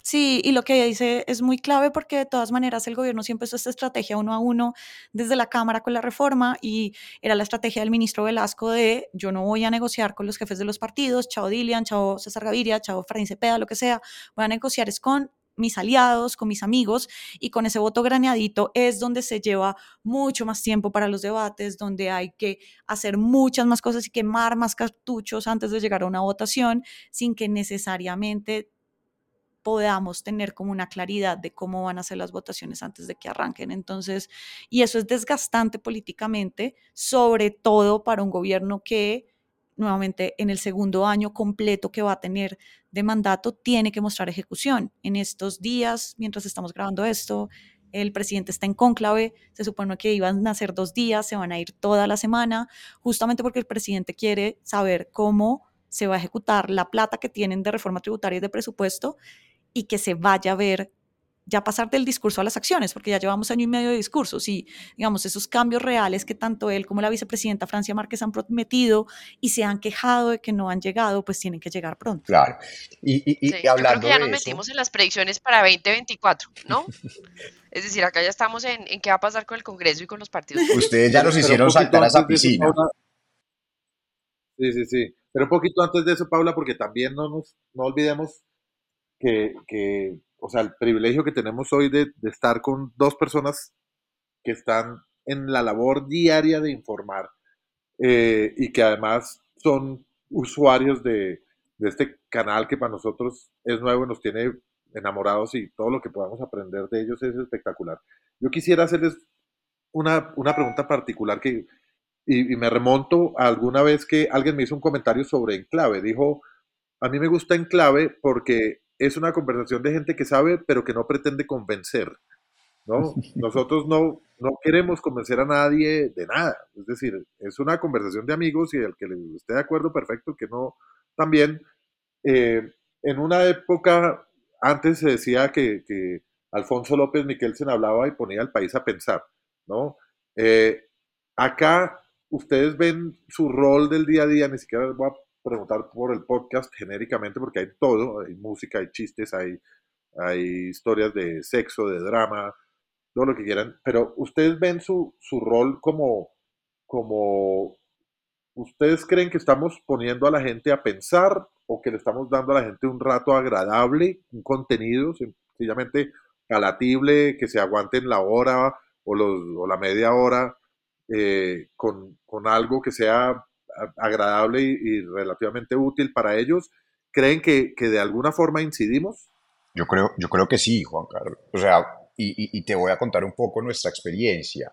Sí, y lo que dice es muy clave porque de todas maneras el gobierno siempre hizo esta estrategia uno a uno desde la Cámara con la reforma y era la estrategia del ministro Velasco de yo no voy a negociar con los jefes de los partidos, chao Dilian, chao César Gaviria, chao Efraín Cepeda, lo que sea, voy a negociar es con mis aliados, con mis amigos y con ese voto graneadito es donde se lleva mucho más tiempo para los debates, donde hay que hacer muchas más cosas y quemar más cartuchos antes de llegar a una votación sin que necesariamente podamos tener como una claridad de cómo van a ser las votaciones antes de que arranquen. Entonces, y eso es desgastante políticamente, sobre todo para un gobierno que nuevamente en el segundo año completo que va a tener de mandato tiene que mostrar ejecución. En estos días, mientras estamos grabando esto, el presidente está en cónclave, se supone que iban a ser 2 días, se van a ir toda la semana, justamente porque el presidente quiere saber cómo se va a ejecutar la plata que tienen de reforma tributaria y de presupuesto y que se vaya a ver, ya pasar del discurso a las acciones, porque ya llevamos año y medio de discursos y, digamos, esos cambios reales que tanto él como la vicepresidenta Francia Márquez han prometido y se han quejado de que no han llegado, pues tienen que llegar pronto. Claro. Y Sí, yo creo que hablando ya nos de eso, metimos en las predicciones para 2024, ¿no? Es decir, acá ya estamos en qué va a pasar con el Congreso y con los partidos ustedes políticos. ya nos Pero un hicieron poquito saltar a esa antes de eso, piscina. Paula, sí, sí, sí, pero un poquito antes de eso, Paula, porque también no olvidemos o sea, el privilegio que tenemos hoy de estar con dos personas que están en la labor diaria de informar y que además son usuarios de este canal que para nosotros es nuevo y nos tiene enamorados y todo lo que podamos aprender de ellos es espectacular. Yo quisiera hacerles una pregunta particular y me remonto a alguna vez que alguien me hizo un comentario sobre Enclave. Dijo, a mí me gusta Enclave porque es una conversación de gente que sabe pero que no pretende convencer. ¿No? Nosotros no queremos convencer a nadie de nada. Es decir, es una conversación de amigos y el que le esté de acuerdo, perfecto, el que no, también. En una época, antes se decía que Alfonso López Miquelsen hablaba y ponía al país a pensar, ¿no? Eh, Acá ustedes ven su rol del día a día, ni siquiera les voy a preguntar por el podcast genéricamente, porque hay todo, hay música, hay chistes, hay historias de sexo, de drama, todo lo que quieran, pero ustedes ven su rol como, ¿ustedes creen que estamos poniendo a la gente a pensar o que le estamos dando a la gente un rato agradable, un contenido sencillamente palatible, que se aguanten la hora o la media hora con algo que sea agradable y relativamente útil para ellos? ¿Creen que de alguna forma incidimos? Yo creo que sí, Juan Carlos. O sea, y te voy a contar un poco nuestra experiencia,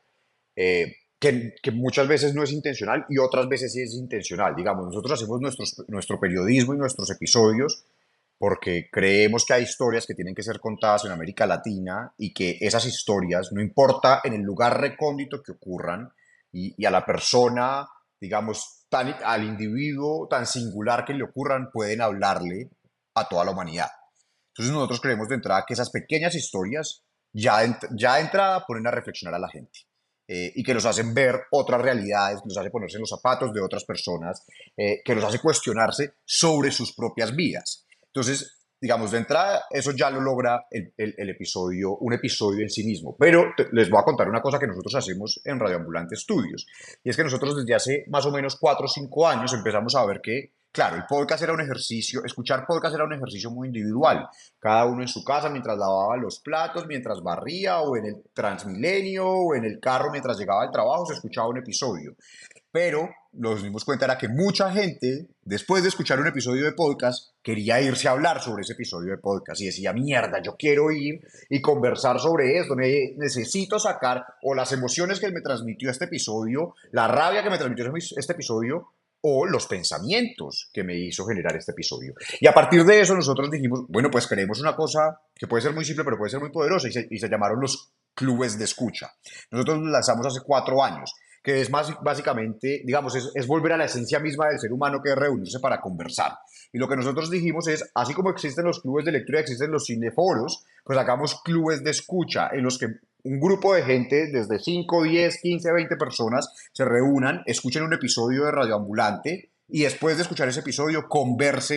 que muchas veces no es intencional y otras veces sí es intencional. Digamos, nosotros hacemos nuestro periodismo y nuestros episodios porque creemos que hay historias que tienen que ser contadas en América Latina y que esas historias, no importa en el lugar recóndito que ocurran y a la persona, digamos, al individuo tan singular que le ocurran, pueden hablarle a toda la humanidad. Entonces nosotros creemos de entrada que esas pequeñas historias ya de entrada ponen a reflexionar a la gente y que nos hacen ver otras realidades, nos hace ponerse en los zapatos de otras personas, que nos hace cuestionarse sobre sus propias vidas. Entonces, digamos, de entrada eso ya lo logra el episodio, un episodio en sí mismo. Pero les voy a contar una cosa que nosotros hacemos en Radio Ambulante Estudios, y es que nosotros desde hace más o menos 4 o 5 años empezamos a ver que claro, el podcast era un ejercicio, escuchar podcast era un ejercicio muy individual. Cada uno en su casa mientras lavaba los platos, mientras barría, o en el Transmilenio, o en el carro mientras llegaba al trabajo, se escuchaba un episodio. Pero nos dimos cuenta era que mucha gente, después de escuchar un episodio de podcast, quería irse a hablar sobre ese episodio de podcast y decía, mierda, yo quiero ir y conversar sobre esto, necesito sacar o las emociones que me transmitió este episodio, la rabia que me transmitió este episodio, o los pensamientos que me hizo generar este episodio. Y a partir de eso nosotros dijimos, bueno, pues creemos una cosa que puede ser muy simple, pero puede ser muy poderosa, y se llamaron los clubes de escucha. Nosotros los lanzamos hace 4 años, que es más básicamente, digamos, es volver a la esencia misma del ser humano, que es reunirse para conversar. Y lo que nosotros dijimos es, así como existen los clubes de lectura, existen los cineforos, pues hagamos clubes de escucha en los que un grupo de gente, desde 5, 10, 15, 20 personas, se reúnan, escuchen un episodio de Radio Ambulante y después de escuchar ese episodio conversen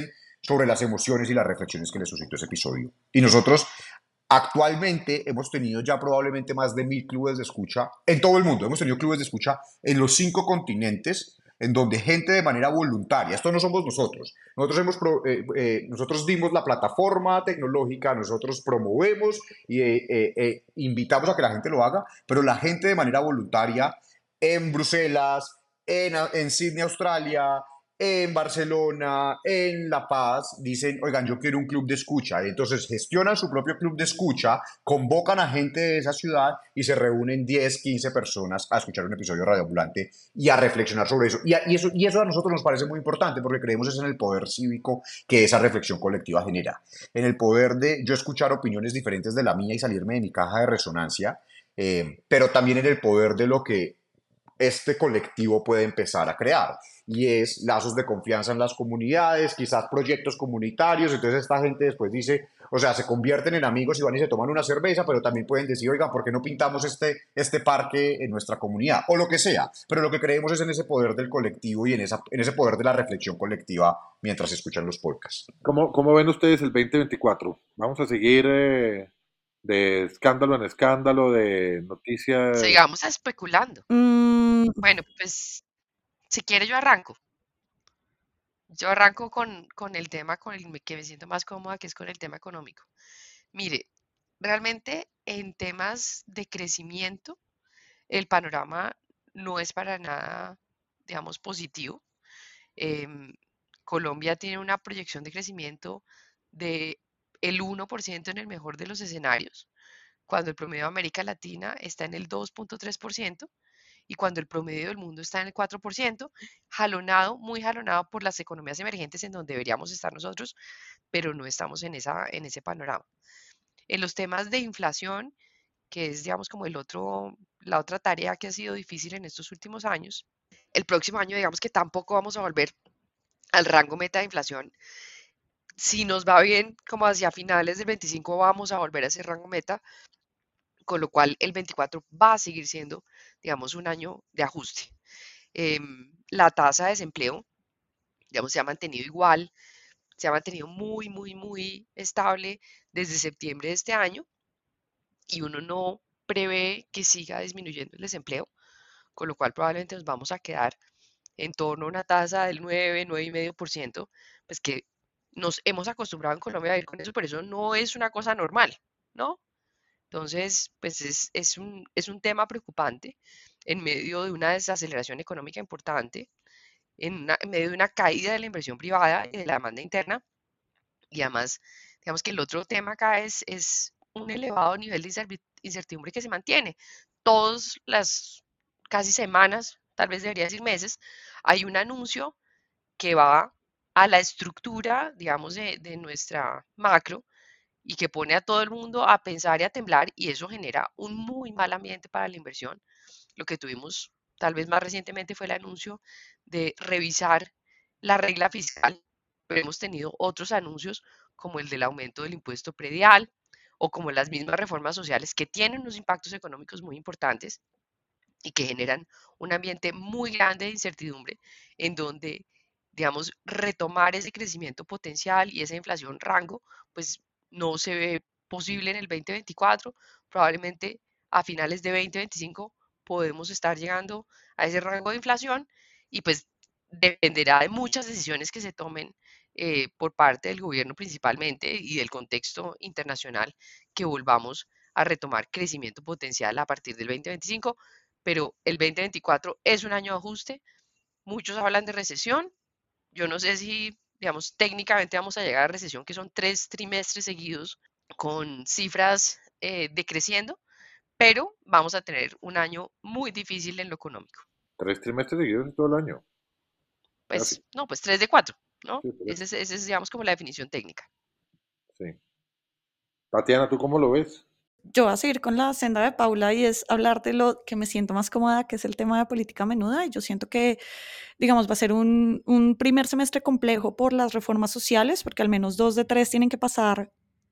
sobre las emociones y las reflexiones que le suscitó ese episodio. Y nosotros actualmente hemos tenido ya probablemente más de 1000 clubes de escucha en todo el mundo. Hemos tenido clubes de escucha en los 5 continentes, en donde gente de manera voluntaria, esto no somos nosotros, nosotros dimos la plataforma tecnológica, nosotros promovemos y invitamos a que la gente lo haga, pero la gente de manera voluntaria en Bruselas, en Sydney, Australia, en Barcelona, en La Paz, dicen, oigan, yo quiero un club de escucha. Y entonces gestionan su propio club de escucha, convocan a gente de esa ciudad y se reúnen 10, 15 personas a escuchar un episodio de Radio Ambulante y a reflexionar sobre eso. Y eso a nosotros nos parece muy importante porque creemos es en el poder cívico que esa reflexión colectiva genera. En el poder de yo escuchar opiniones diferentes de la mía y salirme de mi caja de resonancia, pero también en el poder de lo que este colectivo puede empezar a crear. Y es lazos de confianza en las comunidades, quizás proyectos comunitarios. Entonces esta gente después dice, o sea, se convierten en amigos y van y se toman una cerveza, pero también pueden decir, oigan, ¿por qué no pintamos este parque en nuestra comunidad? O lo que sea. Pero lo que creemos es en ese poder del colectivo y en ese poder de la reflexión colectiva mientras escuchan los podcasts. ¿Cómo ven ustedes el 2024? ¿Vamos a seguir de escándalo en escándalo, de noticias? Sigamos especulando. Mm, Bueno, pues si quiere yo arranco. Yo arranco con el tema con el que me siento más cómoda, que es con el tema económico. Mire, realmente en temas de crecimiento, el panorama no es para nada, digamos, positivo. Em, Colombia tiene una proyección de crecimiento de el 1% en el mejor de los escenarios, cuando el promedio de América Latina está en el 2,3% y cuando el promedio del mundo está en el 4%, jalonado, muy jalonado por las economías emergentes en donde deberíamos estar nosotros, pero no estamos en ese panorama. En los temas de inflación, que es, digamos, como la otra tarea que ha sido difícil en estos últimos años, el próximo año, digamos que tampoco vamos a volver al rango meta de inflación. Si nos va bien, como hacia finales del 25 vamos a volver a ese rango meta, con lo cual el 24 va a seguir siendo, digamos, un año de ajuste. La tasa de desempleo, digamos, se ha mantenido igual, se ha mantenido muy, muy, muy estable desde septiembre de este año y uno no prevé que siga disminuyendo el desempleo, con lo cual probablemente nos vamos a quedar en torno a una tasa del 9, 9,5%, pues que nos hemos acostumbrado en Colombia a ir con eso, pero eso no es una cosa normal, ¿no? Entonces, pues es un tema preocupante en medio de una desaceleración económica importante, en medio de una caída de la inversión privada y de la demanda interna. Y además, digamos que el otro tema acá es un elevado nivel de incertidumbre que se mantiene. Todas las casi semanas, tal vez debería decir meses, hay un anuncio que va a la estructura, digamos, de nuestra macro y que pone a todo el mundo a pensar y a temblar y eso genera un muy mal ambiente para la inversión. Lo que tuvimos tal vez más recientemente fue el anuncio de revisar la regla fiscal, pero hemos tenido otros anuncios como el del aumento del impuesto predial o como las mismas reformas sociales que tienen unos impactos económicos muy importantes y que generan un ambiente muy grande de incertidumbre en donde, digamos, retomar ese crecimiento potencial y esa inflación rango, pues no se ve posible en el 2024, probablemente a finales de 2025 podemos estar llegando a ese rango de inflación y pues dependerá de muchas decisiones que se tomen por parte del gobierno principalmente y del contexto internacional que volvamos a retomar crecimiento potencial a partir del 2025, pero el 2024 es un año de ajuste. Muchos hablan de recesión. Yo no sé si, digamos, técnicamente vamos a llegar a recesión, que son 3 trimestres seguidos con cifras decreciendo, pero vamos a tener un año muy difícil en lo económico. 3 trimestres seguidos todo el año. Casi. Pues, no, pues 3 de 4, ¿no? Sí, por eso. Esa es, digamos, como la definición técnica. Sí. Tatiana, ¿tú cómo lo ves? yo voy a seguir con la senda de Paula y es hablar de lo que me siento más cómoda, que es el tema de política menuda. Y yo siento que, digamos, va a ser un primer semestre complejo por las reformas sociales, porque al menos 2 de 3 tienen que pasar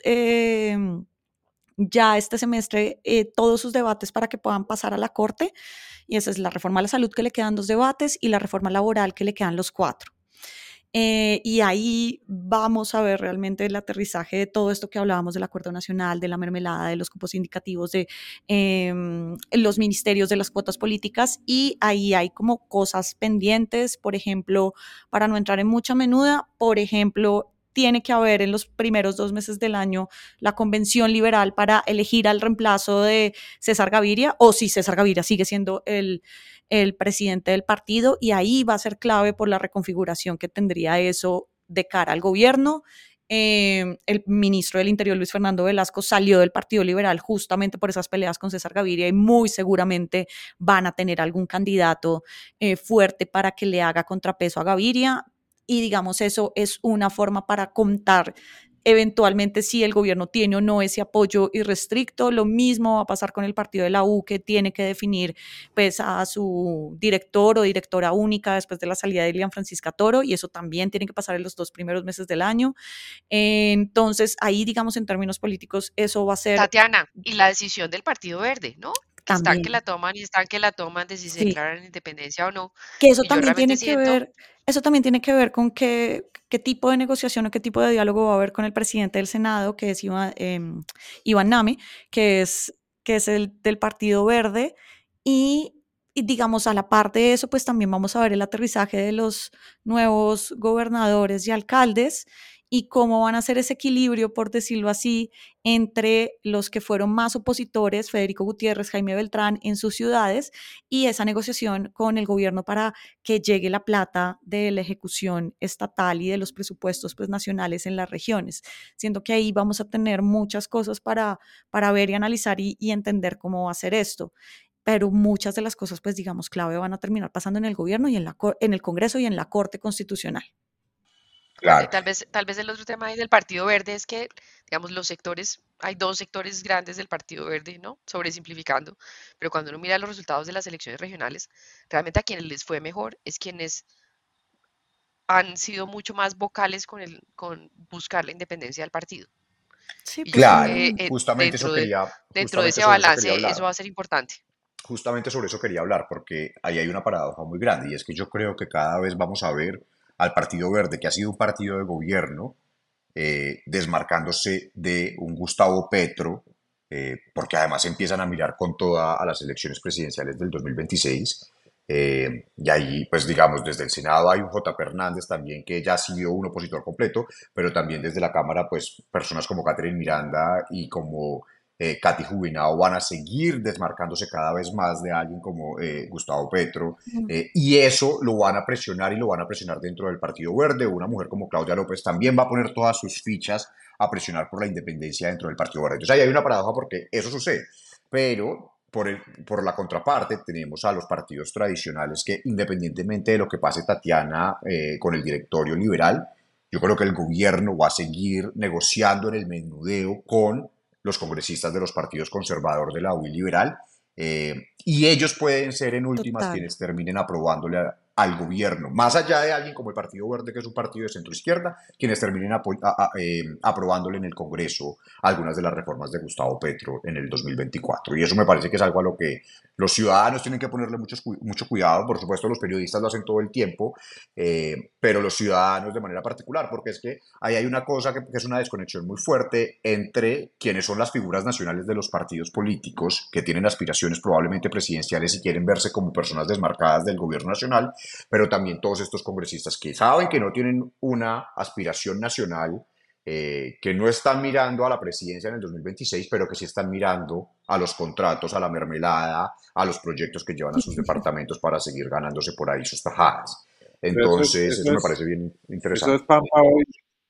ya este semestre todos sus debates para que puedan pasar a la Corte. Y esa es la reforma a la salud, que le quedan 2 debates, y la reforma laboral, que le quedan los 4. y ahí vamos a ver realmente el aterrizaje de todo esto que hablábamos del acuerdo nacional, de la mermelada, de los cupos indicativos, de los ministerios, de las cuotas políticas, y ahí hay como cosas pendientes, por ejemplo, para no entrar en mucha menuda, por ejemplo, tiene que haber en los primeros 2 meses del año la convención liberal para elegir al reemplazo de César Gaviria, o si César Gaviria sigue siendo el presidente del partido, y ahí va a ser clave por la reconfiguración que tendría eso de cara al gobierno. El ministro del Interior, Luis Fernando Velasco, salió del Partido Liberal justamente por esas peleas con César Gaviria, y muy seguramente van a tener algún candidato fuerte para que le haga contrapeso a Gaviria, y digamos eso es una forma para contar eventualmente si el gobierno tiene o no ese apoyo irrestricto. Lo mismo va a pasar con el partido de la U, que tiene que definir pues a su director o directora única después de la salida de Ilian Francisca Toro, y eso también tiene que pasar en los 2 primeros meses del año. Entonces ahí, digamos, en términos políticos, eso va a ser Tatiana, y la decisión del Partido Verde, ¿no? Que están que también, la toman y están que la toman de si se sí, declaran independencia o no. que eso Y yo también realmente tiene que siento, ver, eso también tiene que ver con qué tipo de negociación o qué tipo de diálogo va a haber con el presidente del Senado, que es Iván Name, que es, que es el del Partido Verde, y digamos, a la par de eso, pues también vamos a ver el aterrizaje de los nuevos gobernadores y alcaldes, y cómo van a hacer ese equilibrio, por decirlo así, entre los que fueron más opositores, Federico Gutiérrez, Jaime Beltrán, en sus ciudades, y esa negociación con el gobierno para que llegue la plata de la ejecución estatal y de los presupuestos pues, nacionales en las regiones. Siento que ahí vamos a tener muchas cosas para ver y analizar y entender cómo va a ser esto. Pero muchas de las cosas, pues digamos, clave van a terminar pasando en el gobierno y en el Congreso y en la Corte Constitucional. Claro, tal vez el otro tema ahí del Partido Verde es que, digamos, los sectores, hay dos sectores grandes del Partido Verde, ¿no? Sobresimplificando, pero cuando uno mira los resultados de las elecciones regionales, realmente a quienes les fue mejor es quienes han sido mucho más vocales con buscar la independencia del partido. Sí, Y yo creo claro, que posiblemente. dentro de justamente ese sobre eso quería balance hablar. eso va a ser importante. Justamente sobre eso quería hablar, porque ahí hay una paradoja muy grande, y es que yo creo que cada vez vamos a ver al Partido Verde, que ha sido un partido de gobierno, desmarcándose de un Gustavo Petro, porque además empiezan a mirar con toda a las elecciones presidenciales del 2026. Y ahí, pues digamos, desde el Senado hay un J. Hernández también, que ya ha sido un opositor completo, pero también desde la Cámara, pues personas como Catherine Miranda y como Katy Jubinao van a seguir desmarcándose cada vez más de alguien como Gustavo Petro, y eso lo van a presionar, y lo van a presionar dentro del Partido Verde. Una mujer como Claudia López también va a poner todas sus fichas a presionar por la independencia dentro del Partido Verde. Entonces ahí hay una paradoja porque eso sucede, pero por la contraparte tenemos a los partidos tradicionales que, independientemente de lo que pase Tatiana con el directorio liberal, yo creo que el gobierno va a seguir negociando en el menudeo con los congresistas de los partidos conservador de la U y liberal, y ellos pueden ser en últimas Total. quienes terminen aprobándole al gobierno, más allá de alguien como el Partido Verde, que es un partido de centro izquierda, quienes terminen aprobándole en el Congreso algunas de las reformas de Gustavo Petro en el 2024. Y eso me parece que es algo a lo que los ciudadanos tienen que ponerle mucho cuidado. Por supuesto, los periodistas lo hacen todo el tiempo, pero los ciudadanos de manera particular, porque es que ahí hay una cosa que es una desconexión muy fuerte entre quienes son las figuras nacionales de los partidos políticos, que tienen aspiraciones probablemente presidenciales y quieren verse como personas desmarcadas del gobierno nacional, pero también todos estos congresistas que saben que no tienen una aspiración nacional, que no están mirando a la presidencia en el 2026, pero que sí están mirando a los contratos, a la mermelada, a los proyectos que llevan a sus departamentos para seguir ganándose por ahí sus tajadas. Pero Entonces, eso me parece bien eso interesante. es pan para hoy.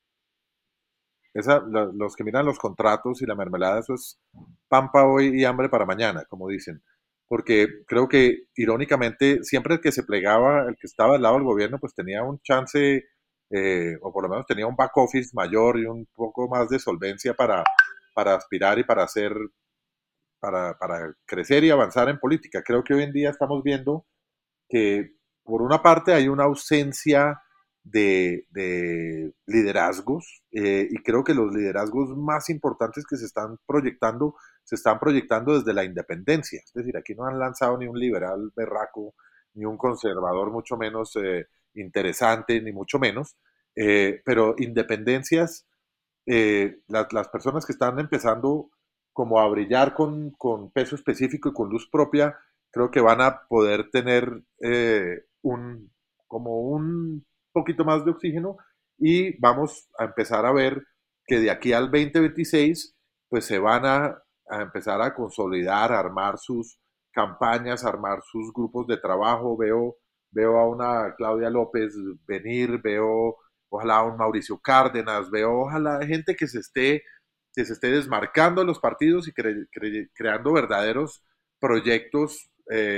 Los que miran los contratos y la mermelada, eso es pan para hoy y hambre para mañana, como dicen. Porque creo que, irónicamente, siempre el que se plegaba, el que estaba al lado del gobierno, pues tenía un chance, o por lo menos tenía un back office mayor y un poco más de solvencia para aspirar y para hacer, para crecer y avanzar en política. Creo que hoy en día estamos viendo que por una parte hay una ausencia de liderazgos, y creo que los liderazgos más importantes que se están proyectando desde la independencia. Es decir, aquí no han lanzado ni un liberal berraco, ni un conservador mucho menos interesante, ni mucho menos. pero independencias, las personas que están empezando como a brillar con peso específico y con luz propia, creo que van a poder tener como un poquito más de oxígeno y vamos a empezar a ver que de aquí al 2026 pues se van a empezar a consolidar, a armar sus campañas, a armar sus grupos de trabajo. Veo a una Claudia López venir, veo ojalá un Mauricio Cárdenas, veo ojalá gente que se esté desmarcando de los partidos y creando verdaderos proyectos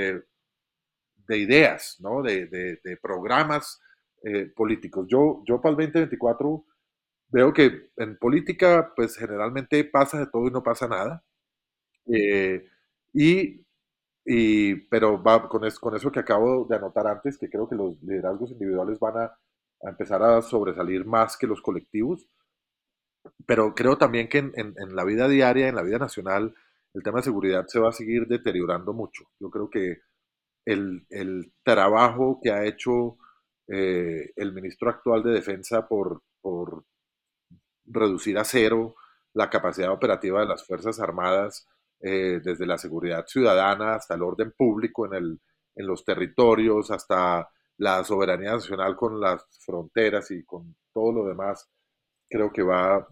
de ideas, ¿no? De programas políticos. Yo para el 2024 veo que en política pues generalmente pasa de todo y no pasa nada. Eh, y, pero va con eso que acabo de anotar antes, que creo que los liderazgos individuales van a empezar a sobresalir más que los colectivos, pero creo también que en la vida diaria, en la vida nacional, el tema de seguridad se va a seguir deteriorando mucho. Yo creo que el trabajo que ha hecho el ministro actual de Defensa por reducir a cero la capacidad operativa de las Fuerzas Armadas, desde la seguridad ciudadana hasta el orden público en los territorios, hasta la soberanía nacional con las fronteras y con todo lo demás, creo que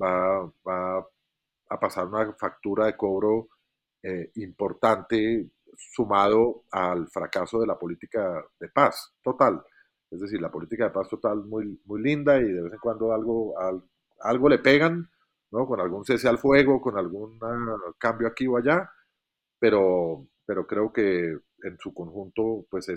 va a pasar una factura de cobro importante sumado al fracaso de la política de paz total. Es decir, la política de paz total muy, muy linda y de vez en cuando algo le pegan, ¿no? Con algún cese al fuego, con algún cambio aquí o allá, pero creo que en su conjunto pues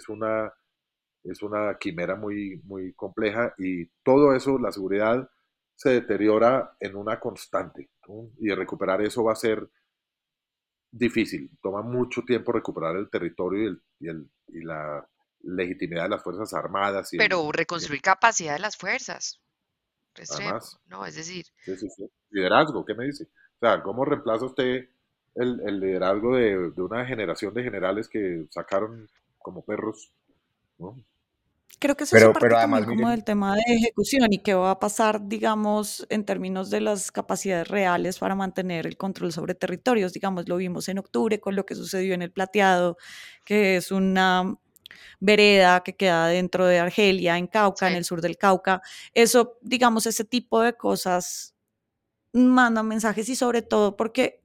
es una quimera muy, muy compleja y todo eso, la seguridad, se deteriora en una constante, ¿no? Y recuperar eso va a ser difícil. Toma mucho tiempo recuperar el territorio y la legitimidad de las Fuerzas Armadas Pero y reconstruir capacidad de las fuerzas, Restrepo, además, ¿no? Es decir, sí, sí, sí. Liderazgo, ¿qué me dice? O sea, ¿cómo reemplaza usted el liderazgo de una generación de generales que sacaron como perros, ¿no? Creo que eso hace Pero parte también además, como miren, del tema de ejecución y qué va a pasar, digamos, en términos de las capacidades reales para mantener el control sobre territorios. Digamos, lo vimos en octubre con lo que sucedió en el Plateado, que es una vereda que queda dentro de Argelia, en Cauca, en sí. el sur del Cauca. Eso, digamos, ese tipo de cosas mandan mensajes y sobre todo porque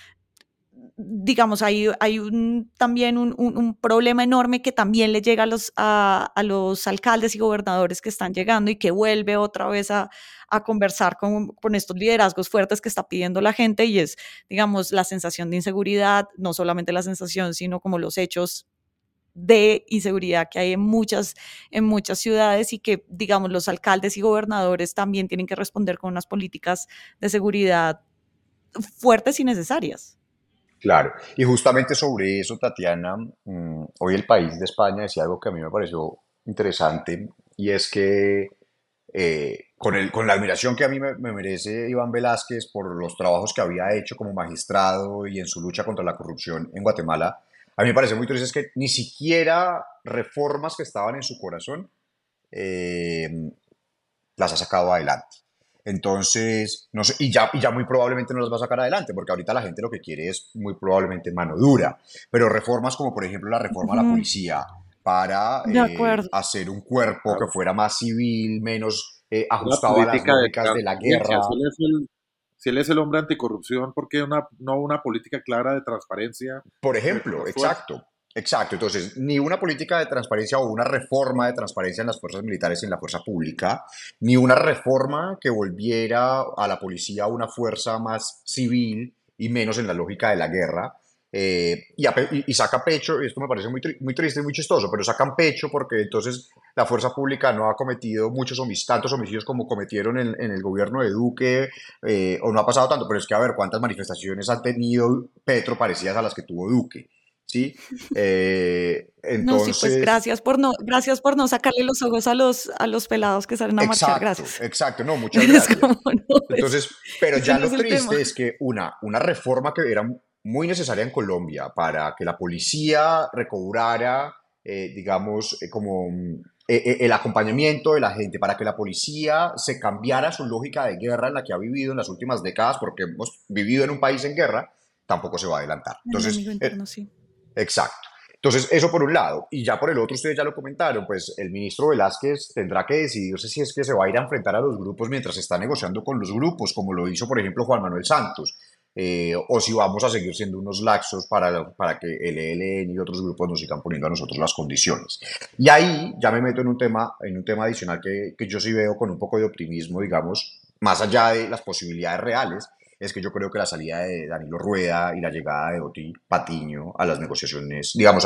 digamos, hay también un problema enorme que también le llega a los alcaldes y gobernadores que están llegando y que vuelve otra vez a conversar con estos liderazgos fuertes que está pidiendo la gente y es, digamos, la sensación de inseguridad, no solamente la sensación, sino como los hechos de inseguridad que hay en muchas ciudades y que, digamos, los alcaldes y gobernadores también tienen que responder con unas políticas de seguridad fuertes y necesarias. claro, y justamente sobre eso, Tatiana, hoy el País de España decía algo que a mí me pareció interesante, y es que con la admiración que a mí me merece Iván Velázquez por los trabajos que había hecho como magistrado y en su lucha contra la corrupción en Guatemala, a mí me parece muy triste es que ni siquiera reformas que estaban en su corazón eh, las ha sacado adelante. Entonces, no sé, y ya muy probablemente no las va a sacar adelante, porque ahorita la gente lo que quiere es muy probablemente mano dura. Pero reformas como por ejemplo la reforma a la Ujú, policía para de acuerdo. hacer un cuerpo que Claro. fuera más civil, menos Una ajustado a las política de lógicas de la transparencia. guerra. Si él es el hombre anticorrupción, ¿por qué no una política clara de transparencia Por de ejemplo, las fuerzas? exacto, exacto. Entonces, ni una política de transparencia o una reforma de transparencia en las fuerzas militares y en la fuerza pública, ni una reforma que volviera a la policía una fuerza más civil y menos en la lógica de la guerra. Y saca pecho, y esto me parece muy triste y muy chistoso, pero sacan pecho porque entonces la fuerza pública no ha cometido tantos homicidios como cometieron en el gobierno de Duque, o no ha pasado tanto, pero es que a ver cuántas manifestaciones ha tenido Petro parecidas a las que tuvo Duque, ¿sí? No, sí, pues Entonces, gracias por no sacarle los ojos a los pelados que salen a marchar, exacto, gracias. exacto, no, muchas Es gracias. como, no, Entonces, pero ese ya no es lo el tema. triste es que una reforma que era muy necesaria en Colombia para que la policía recobrara, digamos, como el acompañamiento de la gente para que la policía se cambiara su lógica de guerra en la que ha vivido en las últimas décadas, porque hemos vivido en un país en guerra, tampoco se va a adelantar. El enemigo Entonces, interno, sí. exacto. Entonces, eso por un lado. Y ya por el otro, ustedes ya lo comentaron, pues el ministro Velázquez tendrá que decidirse si es que se va a ir a enfrentar a los grupos mientras está negociando con los grupos, como lo hizo, por ejemplo, Juan Manuel Santos, o si vamos a seguir siendo unos laxos para que el ELN y otros grupos nos sigan poniendo a nosotros las condiciones. Y ahí ya me meto en un tema adicional que yo sí veo con un poco de optimismo, digamos, más allá de las posibilidades reales, es que yo creo que la salida de Danilo Rueda y la llegada de Oti Patiño a las negociaciones, digamos,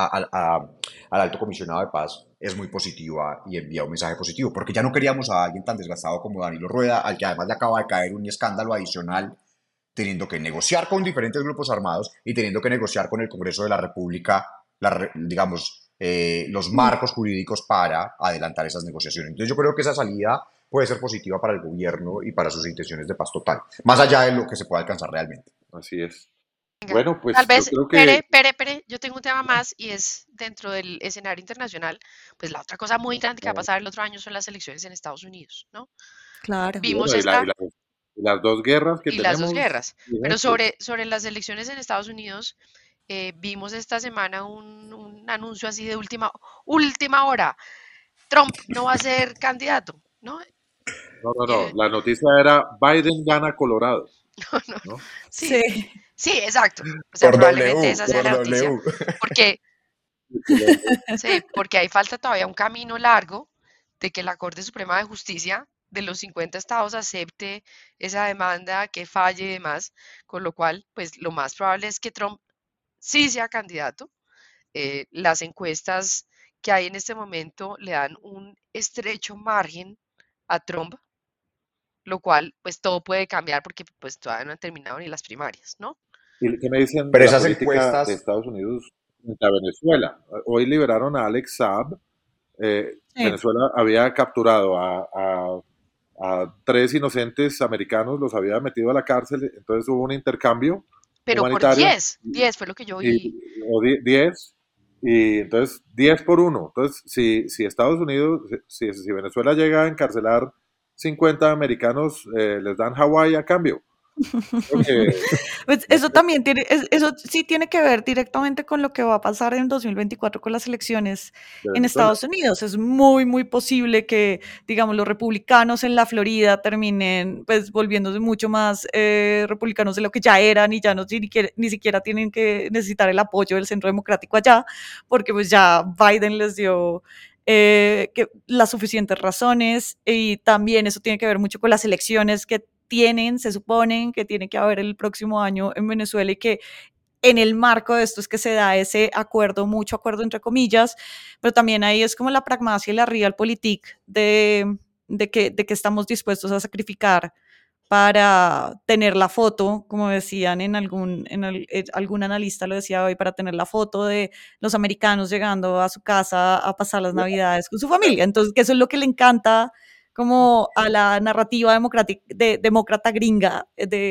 al alto comisionado de paz es muy positiva y envía un mensaje positivo, porque ya no queríamos a alguien tan desgastado como Danilo Rueda, al que además le acaba de caer un escándalo adicional, teniendo que negociar con diferentes grupos armados y teniendo que negociar con el Congreso de la República, digamos, los Mm. marcos jurídicos para adelantar esas negociaciones. Entonces yo creo que esa salida puede ser positiva para el gobierno y para sus intenciones de paz total, más allá de lo que se pueda alcanzar realmente. Así es. Venga, Bueno, tal pues yo vez, creo que Pere, yo tengo un tema más y es dentro del escenario internacional, pues la otra cosa muy grande que va a pasar el otro año son las elecciones en Estados Unidos, ¿no? Claro. y Vimos bueno, esta y las dos guerras que y las dos tenemos guerras, pero vigentes. sobre las elecciones en Estados Unidos, vimos esta semana un anuncio así de última hora. Trump no va a ser candidato, ¿no? No, no, no. Eh, La noticia era Biden gana Colorado, no, no, ¿no? sí, Sí. sí, exacto. O sea, probablemente esa sea Por la noticia, W. porque Y Colorado, sí, porque ahí falta todavía un camino largo de que la Corte Suprema de Justicia de los 50 estados acepte esa demanda, que falle y demás, con lo cual, pues lo más probable es que Trump sí sea candidato. Las encuestas que hay en este momento le dan un estrecho margen a Trump, lo cual, pues todo puede cambiar porque pues todavía no han terminado ni las primarias, ¿no? ¿Y qué me dicen de Pero la esas política de encuestas, Estados Unidos frente a Venezuela? Hoy liberaron a Alex Saab. Sí. Venezuela había capturado a tres inocentes americanos, los había metido a la cárcel, entonces hubo un intercambio Pero por humanitario 10 fue lo que yo y, vi. o 10, y entonces 10 por uno. Entonces, si Estados Unidos, si Venezuela llega a encarcelar 50 americanos, les dan Hawái a cambio. Creo que Pues eso también tiene, eso sí tiene que ver directamente con lo que va a pasar en 2024 con las elecciones de en Venezuela. Estados Unidos. Es muy, muy posible que, digamos, los republicanos en la Florida terminen pues volviéndose mucho más republicanos de lo que ya eran y ya no ni siquiera tienen que necesitar el apoyo del centro democrático allá, porque pues ya Biden les dio las suficientes razones y también eso tiene que ver mucho con las elecciones que se suponen que tiene que haber el próximo año en Venezuela y que en el marco de esto es que se da ese acuerdo, mucho acuerdo entre comillas, pero también ahí es como la pragmacia y la realpolitik de que estamos dispuestos a sacrificar para tener la foto, como decían algún analista lo decía hoy, para tener la foto de los americanos llegando a su casa a pasar las navidades con su familia. Entonces, que eso es lo que le encanta como a la narrativa demócrata gringa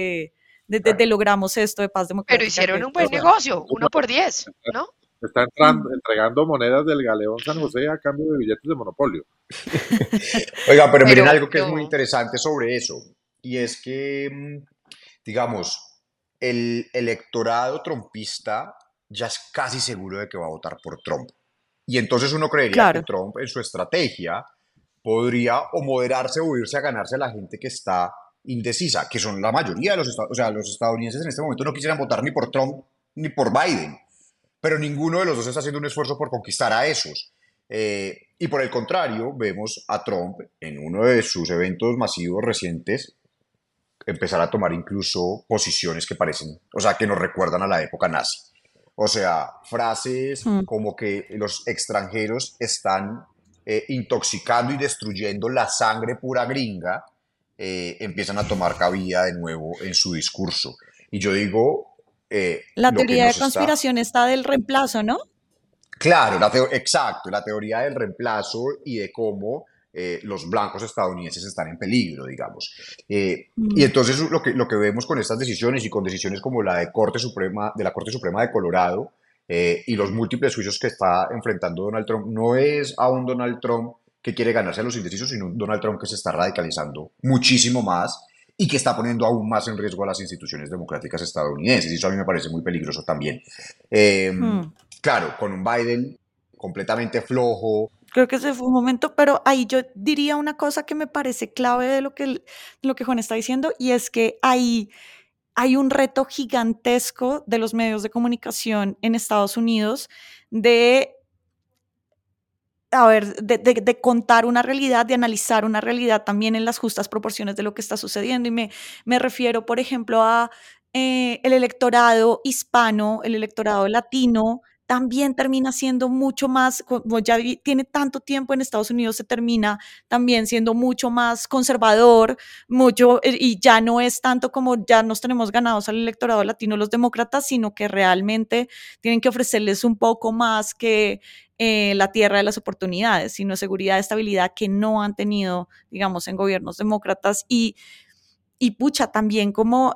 de logramos esto de paz Pero democrática, hicieron que un buen pues bueno. negocio, 1 por 10, ¿no? Está Mm. entregando monedas del Galeón San José a cambio de billetes de monopolio. oiga, pero miren algo que es muy Pero, interesante sobre eso, y es que, digamos, el electorado trumpista ya es casi seguro de que va a votar por Trump. Y entonces uno creería que Claro. Trump en su estrategia podría o moderarse o irse a ganarse a la gente que está indecisa, que son la mayoría de o sea, los estadounidenses en este momento no quisieran votar ni por Trump ni por Biden, pero ninguno de los dos está haciendo un esfuerzo por conquistar a esos. Y por el contrario, vemos a Trump en uno de sus eventos masivos recientes empezar a tomar incluso posiciones que parecen, o sea, que nos recuerdan a la época nazi. O sea, frases Mm. como que los extranjeros están intoxicando y destruyendo la sangre pura gringa, empiezan a tomar cabida de nuevo en su discurso. Y yo digo, La lo que teoría de nos está... conspiración está del reemplazo, ¿no? Claro, exacto, la teoría del reemplazo y de cómo los blancos estadounidenses están en peligro, digamos. Y Mm. entonces lo que vemos con estas decisiones y con decisiones como la de la Corte Suprema de Colorado, y los múltiples juicios que está enfrentando Donald Trump, no es a un Donald Trump que quiere ganarse a los indecisos, sino un Donald Trump que se está radicalizando muchísimo más y que está poniendo aún más en riesgo a las instituciones democráticas estadounidenses. Y eso a mí me parece muy peligroso también. Hmm. Claro, con un Biden completamente flojo. Creo que ese fue un momento, pero ahí yo diría una cosa que me parece clave de lo que Juan está diciendo, y es que ahí hay un reto gigantesco de los medios de comunicación en Estados Unidos de, a ver, de contar una realidad, de analizar una realidad también en las justas proporciones de lo que está sucediendo. Y me refiero, por ejemplo, a el electorado hispano, el electorado latino, también termina siendo mucho más, como ya tiene tanto tiempo en Estados Unidos, se termina también siendo mucho más conservador, y ya no es tanto como ya nos tenemos ganados al electorado latino los demócratas, sino que realmente tienen que ofrecerles un poco más que la tierra de las oportunidades, sino seguridad, estabilidad que no han tenido, digamos, en gobiernos demócratas y pucha, también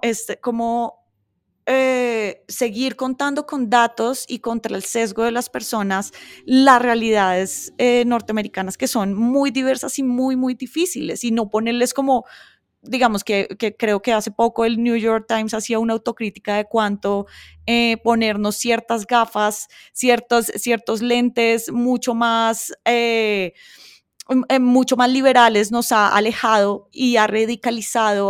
seguir contando con datos y contra el sesgo de las personas, las realidades norteamericanas que son muy diversas y muy, muy difíciles y no ponerles como digamos que creo que hace poco el New York Times hacía una autocrítica de cuánto ponernos ciertas gafas, ciertos lentes mucho más liberales nos ha alejado y ha radicalizado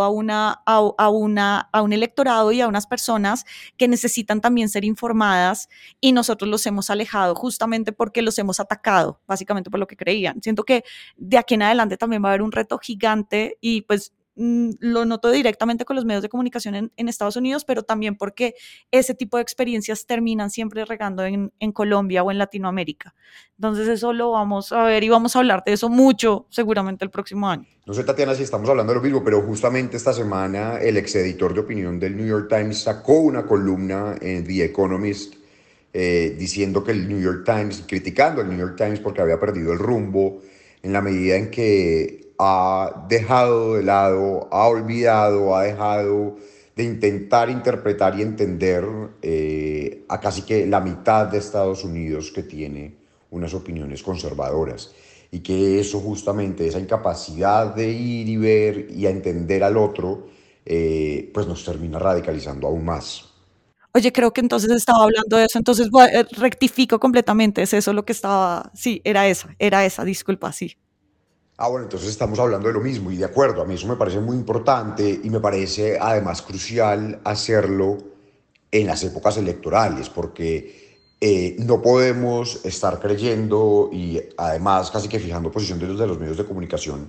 a un electorado y a unas personas que necesitan también ser informadas y nosotros los hemos alejado justamente porque los hemos atacado, básicamente por lo que creían. Siento que de aquí en adelante también va a haber un reto gigante y pues lo noto directamente con los medios de comunicación en Estados Unidos, pero también porque ese tipo de experiencias terminan siempre regando en Colombia o en Latinoamérica. Entonces eso lo vamos a ver y vamos a hablar de eso mucho seguramente el próximo año. No sé, Tatiana, si estamos hablando de lo mismo, pero justamente esta semana el exeditor de opinión del New York Times sacó una columna en The Economist diciendo que el New York Times, criticando al New York Times porque había perdido el rumbo en la medida en que ha dejado de lado, ha olvidado, ha dejado de intentar interpretar y entender a casi que la mitad de Estados Unidos que tiene unas opiniones conservadoras y que eso justamente, esa incapacidad de ir y ver y a entender al otro, pues nos termina radicalizando aún más. Oye, creo que entonces estaba hablando de eso, entonces rectifico completamente, es eso lo que estaba, sí, era esa, disculpa, sí. Ah, bueno, entonces estamos hablando de lo mismo y de acuerdo, a mí eso me parece muy importante y me parece además crucial hacerlo en las épocas electorales, porque no podemos estar creyendo y además casi que fijando posición de los medios de comunicación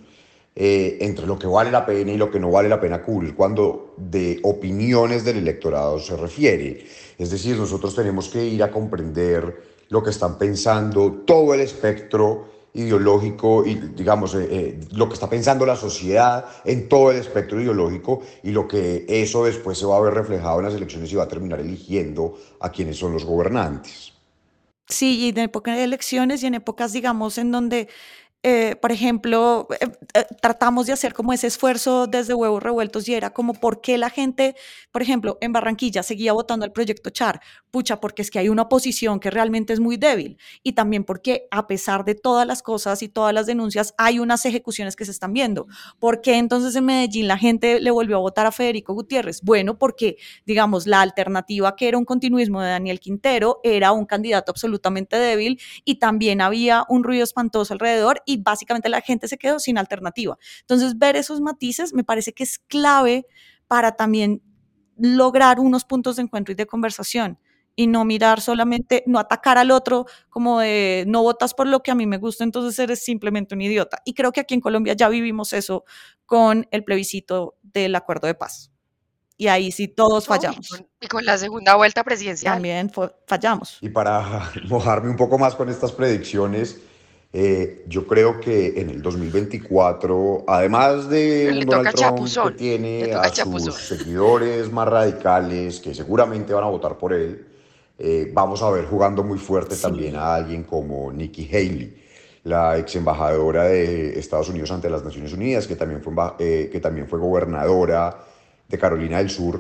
entre lo que vale la pena y lo que no vale la pena cubrir cuando de opiniones del electorado se refiere. Es decir, nosotros tenemos que ir a comprender lo que están pensando todo el espectro ideológico y digamos lo que está pensando la sociedad en todo el espectro ideológico y lo que eso después se va a ver reflejado en las elecciones y va a terminar eligiendo a quienes son los gobernantes. Sí, y en época de elecciones y en épocas, digamos, en donde por ejemplo, tratamos de hacer como ese esfuerzo desde Huevos Revueltos y era como por qué la gente, por ejemplo, en Barranquilla seguía votando al proyecto Char. Pucha, porque es que hay una oposición que realmente es muy débil y también porque a pesar de todas las cosas y todas las denuncias, hay unas ejecuciones que se están viendo. ¿Por qué entonces en Medellín la gente le volvió a votar a Federico Gutiérrez? Bueno, porque, digamos, la alternativa que era un continuismo de Daniel Quintero era un candidato absolutamente débil y también había un ruido espantoso alrededor y básicamente la gente se quedó sin alternativa. Entonces, ver esos matices me parece que es clave para también lograr unos puntos de encuentro y de conversación y no mirar solamente, no atacar al otro como de no votas por lo que a mí me gusta, entonces eres simplemente un idiota. Y creo que aquí en Colombia ya vivimos eso con el plebiscito del acuerdo de paz. Y ahí sí todos No, fallamos. y con la segunda vuelta presidencial. También fallamos. Y para mojarme un poco más con estas predicciones, yo creo que en el 2024, además de un Le Donald toca Trump que chapuzón, le tiene a toca sus chapuzón. seguidores más radicales, que seguramente van a votar por él, vamos a ver jugando muy fuerte también Sí. a alguien como Nikki Haley, la ex embajadora de Estados Unidos ante las Naciones Unidas, que también fue gobernadora de Carolina del Sur.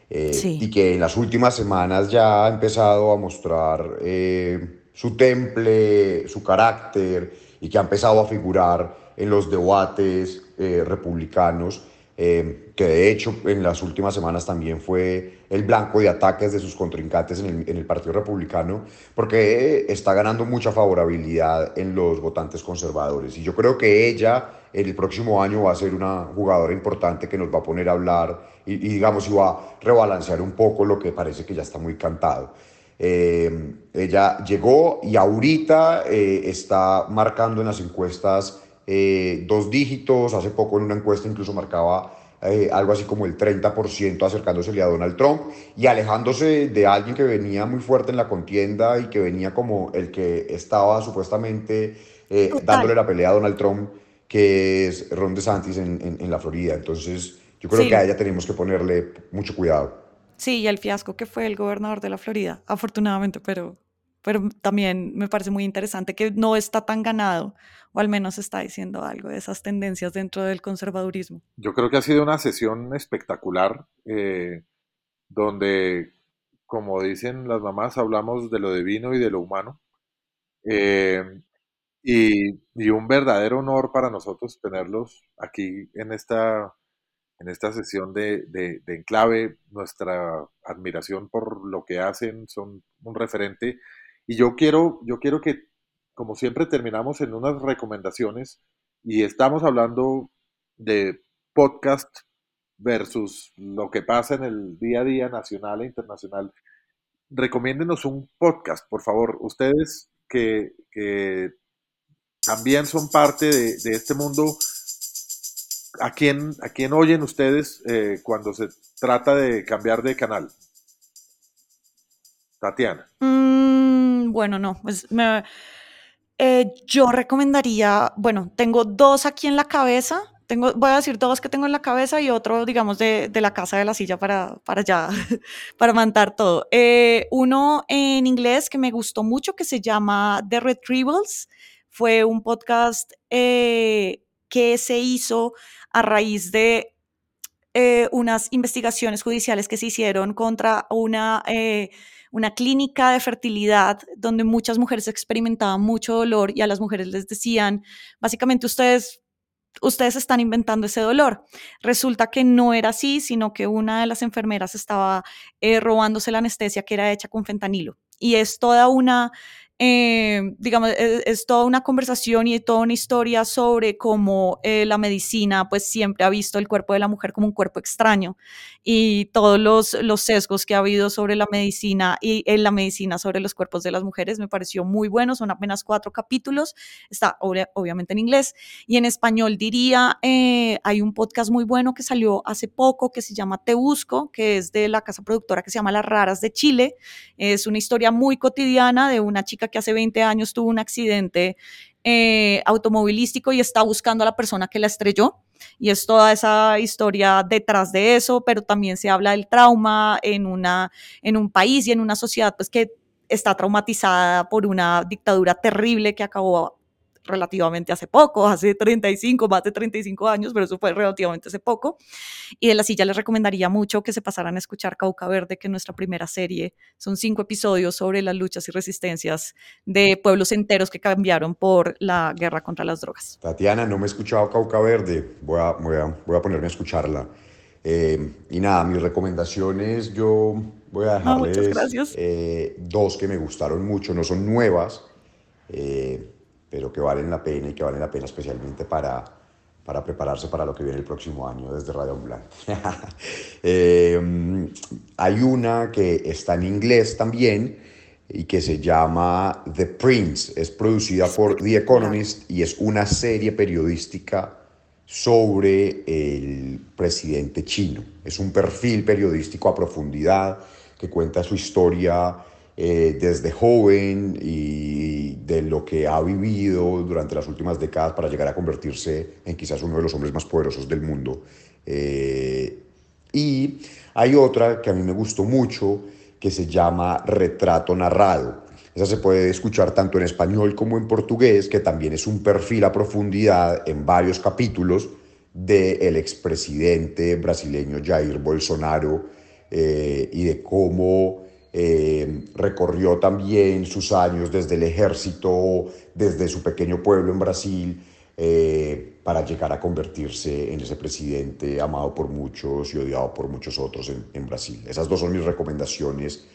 y Sí, que en las últimas semanas ya ha empezado a mostrar su temple, su carácter, y que ha empezado a figurar en los debates republicanos, que de hecho en las últimas semanas también fue el blanco de ataques de sus contrincantes en el Partido Republicano, porque está ganando mucha favorabilidad en los votantes conservadores. Y yo creo que ella el próximo año va a ser una jugadora importante que nos va a poner a hablar y digamos, y va a rebalancear un poco lo que parece que ya está muy cantado. Ella llegó y ahorita está marcando en las encuestas 2 dígitos. Hace poco en una encuesta incluso marcaba algo así como el 30%, acercándosele a Donald Trump y alejándose de alguien que venía muy fuerte en la contienda y que venía como el que estaba supuestamente dándole total. la pelea a Donald Trump, que es Ron DeSantis en la Florida. Entonces yo creo que a Sí, ella tenemos que ponerle mucho cuidado. sí, y el fiasco que fue el gobernador de la Florida, afortunadamente, pero también me parece muy interesante que no está tan ganado, o al menos está diciendo algo de esas tendencias dentro del conservadurismo. Yo creo que ha sido una sesión espectacular, donde, como dicen las mamás, hablamos de lo divino y de lo humano. Eh, y un verdadero honor para nosotros tenerlos aquí en esta sesión de Enclave. Nuestra admiración por lo que hacen, son un referente. Y yo quiero que, como siempre, terminamos en unas recomendaciones y estamos hablando de podcast versus lo que pasa en el día a día nacional e internacional. Recomiéndenos un podcast, por favor. Ustedes que también son parte de este mundo, a quién oyen ustedes cuando se trata de cambiar de canal? Tatiana. Bueno, no, pues yo recomendaría, bueno, tengo dos aquí en la cabeza. Voy a decir dos que tengo en la cabeza y otro, digamos, de la casa de la silla para ya, para mandar todo. Uno en inglés que me gustó mucho, que se llama The Retrievals. Fue un podcast que se hizo a raíz de unas investigaciones judiciales que se hicieron contra una clínica de fertilidad donde muchas mujeres experimentaban mucho dolor y a las mujeres les decían, básicamente ustedes están inventando ese dolor. Resulta que no era así, sino que una de las enfermeras estaba robándose la anestesia que era hecha con fentanilo. Y es toda una, digamos, es toda una conversación y toda una historia sobre cómo la medicina pues siempre ha visto el cuerpo de la mujer como un cuerpo extraño y todos los sesgos que ha habido sobre la medicina y en la medicina sobre los cuerpos de las mujeres. Me pareció muy bueno, son apenas 4 capítulos, está obviamente en inglés. Y en español diría, hay un podcast muy bueno que salió hace poco que se llama Te Busco, que es de la casa productora que se llama Las Raras de Chile. Es una historia muy cotidiana de una chica que hace 20 años tuvo un accidente automovilístico y está buscando a la persona que la estrelló. Y es toda esa historia detrás de eso, pero también se habla del trauma en un país y en una sociedad pues, que está traumatizada por una dictadura terrible que acabó relativamente hace poco, hace 35, más de 35 años, pero eso fue relativamente hace poco. Y de la silla les recomendaría mucho que se pasaran a escuchar Cauca Verde, que es nuestra primera serie. Son 5 episodios sobre las luchas y resistencias de pueblos enteros que cambiaron por la guerra contra las drogas. Tatiana, no me he escuchado Cauca Verde, voy a ponerme a escucharla. Y nada, mis recomendaciones, yo voy a No, muchas dejarles gracias. dos que me gustaron mucho, no son nuevas, eh, pero que valen la pena y que valen la pena especialmente para prepararse para lo que viene el próximo año desde Radio Ambulante. Hay una que está en inglés también y que se llama The Prince. Es producida por The Espectacular. Economist y es una serie periodística sobre el presidente chino. Es un perfil periodístico a profundidad que cuenta su historia desde joven y de lo que ha vivido durante las últimas décadas para llegar a convertirse en quizás uno de los hombres más poderosos del mundo. Y hay otra que a mí me gustó mucho que se llama Retrato Narrado. Esa se puede escuchar tanto en español como en portugués, que también es un perfil a profundidad en varios capítulos del expresidente brasileño Jair Bolsonaro, y de cómo recorrió también sus años desde el ejército, desde su pequeño pueblo en Brasil, para llegar a convertirse en ese presidente amado por muchos y odiado por muchos otros en Brasil. Esas dos son mis recomendaciones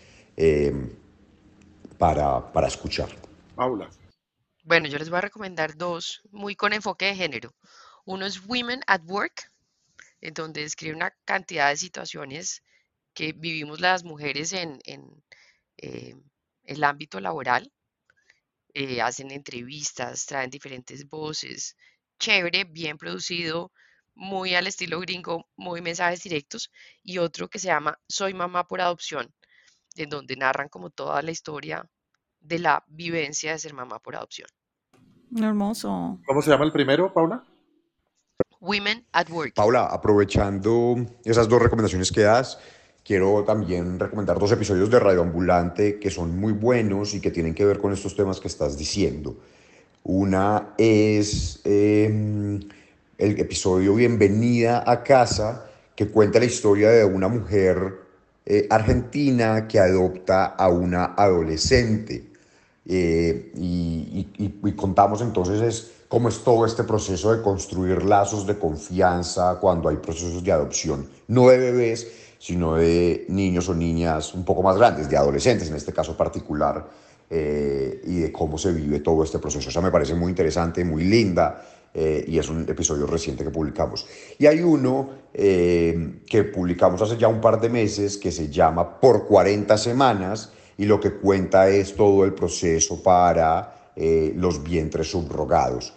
para escuchar. Paula. Bueno, yo les voy a recomendar dos muy con enfoque de género. Uno es Women at Work, en donde describe una cantidad de situaciones que vivimos las mujeres en el ámbito laboral. Hacen entrevistas, traen diferentes voces, chévere, bien producido, muy al estilo gringo, muy mensajes directos. Y otro que se llama Soy mamá por adopción, en donde narran como toda la historia de la vivencia de ser mamá por adopción. Hermoso. ¿Cómo se llama el primero, Paula? Women at Work. Paula, aprovechando esas dos recomendaciones que das, quiero también recomendar dos episodios de Radio Ambulante que son muy buenos y que tienen que ver con estos temas que estás diciendo. Una es el episodio Bienvenida a casa, que cuenta la historia de una mujer argentina que adopta a una adolescente. Y contamos entonces cómo es todo este proceso de construir lazos de confianza cuando hay procesos de adopción, no de bebés, sino de niños o niñas un poco más grandes, de adolescentes en este caso particular, y de cómo se vive todo este proceso. O sea, me parece muy interesante, muy linda, y es un episodio reciente que publicamos. Y hay uno que publicamos hace ya un par de meses que se llama Por 40 semanas, y lo que cuenta es todo el proceso para los vientres subrogados.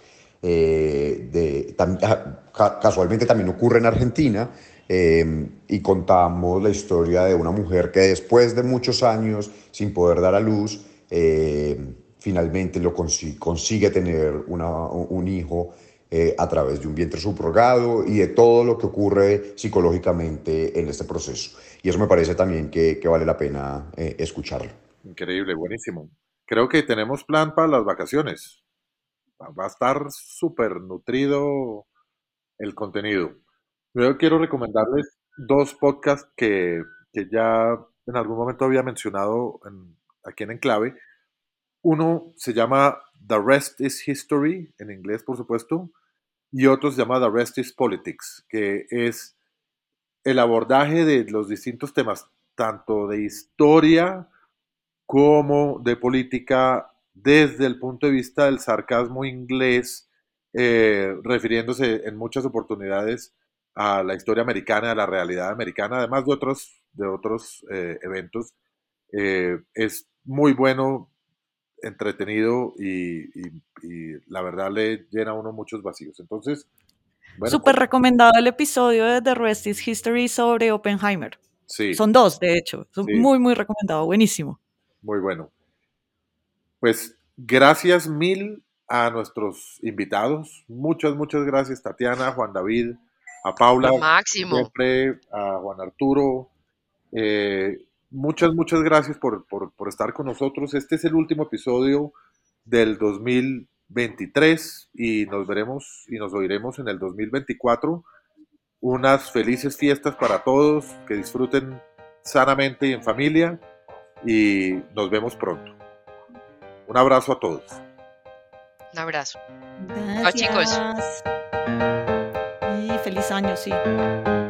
Casualmente también ocurre en Argentina, y contamos la historia de una mujer que después de muchos años sin poder dar a luz, finalmente consigue tener un hijo a través de un vientre subrogado y de todo lo que ocurre psicológicamente en este proceso. Y eso me parece también que vale la pena escucharlo. Increíble, buenísimo. Creo que tenemos plan para las vacaciones. Va a estar súper nutrido el contenido. Luego quiero recomendarles dos podcasts que ya en algún momento había mencionado aquí en Enclave. Uno se llama The Rest is History, en inglés por supuesto, y otro se llama The Rest is Politics, que es el abordaje de los distintos temas, tanto de historia como de política, desde el punto de vista del sarcasmo inglés, refiriéndose en muchas oportunidades a la historia americana, a la realidad americana, además de otros eventos. Es muy bueno, entretenido y la verdad le llena a uno muchos vacíos. Entonces, bueno, Súper recomendado el episodio de The Rest is History sobre Oppenheimer. sí, Son dos, de hecho. Son sí, muy, muy recomendado. Buenísimo. muy bueno. Pues gracias mil a nuestros invitados. Muchas, muchas gracias, Tatiana, Juan David, a Paula, Lo máximo. siempre, a Juan Arturo. Muchas, muchas gracias por estar con nosotros. Este es el último episodio del 2023 y nos veremos y nos oiremos en el 2024. Unas felices fiestas para todos, que disfruten sanamente y en familia y nos vemos pronto. Un abrazo a todos. Un abrazo. Gracias. Chao, chicos. Y feliz año, sí.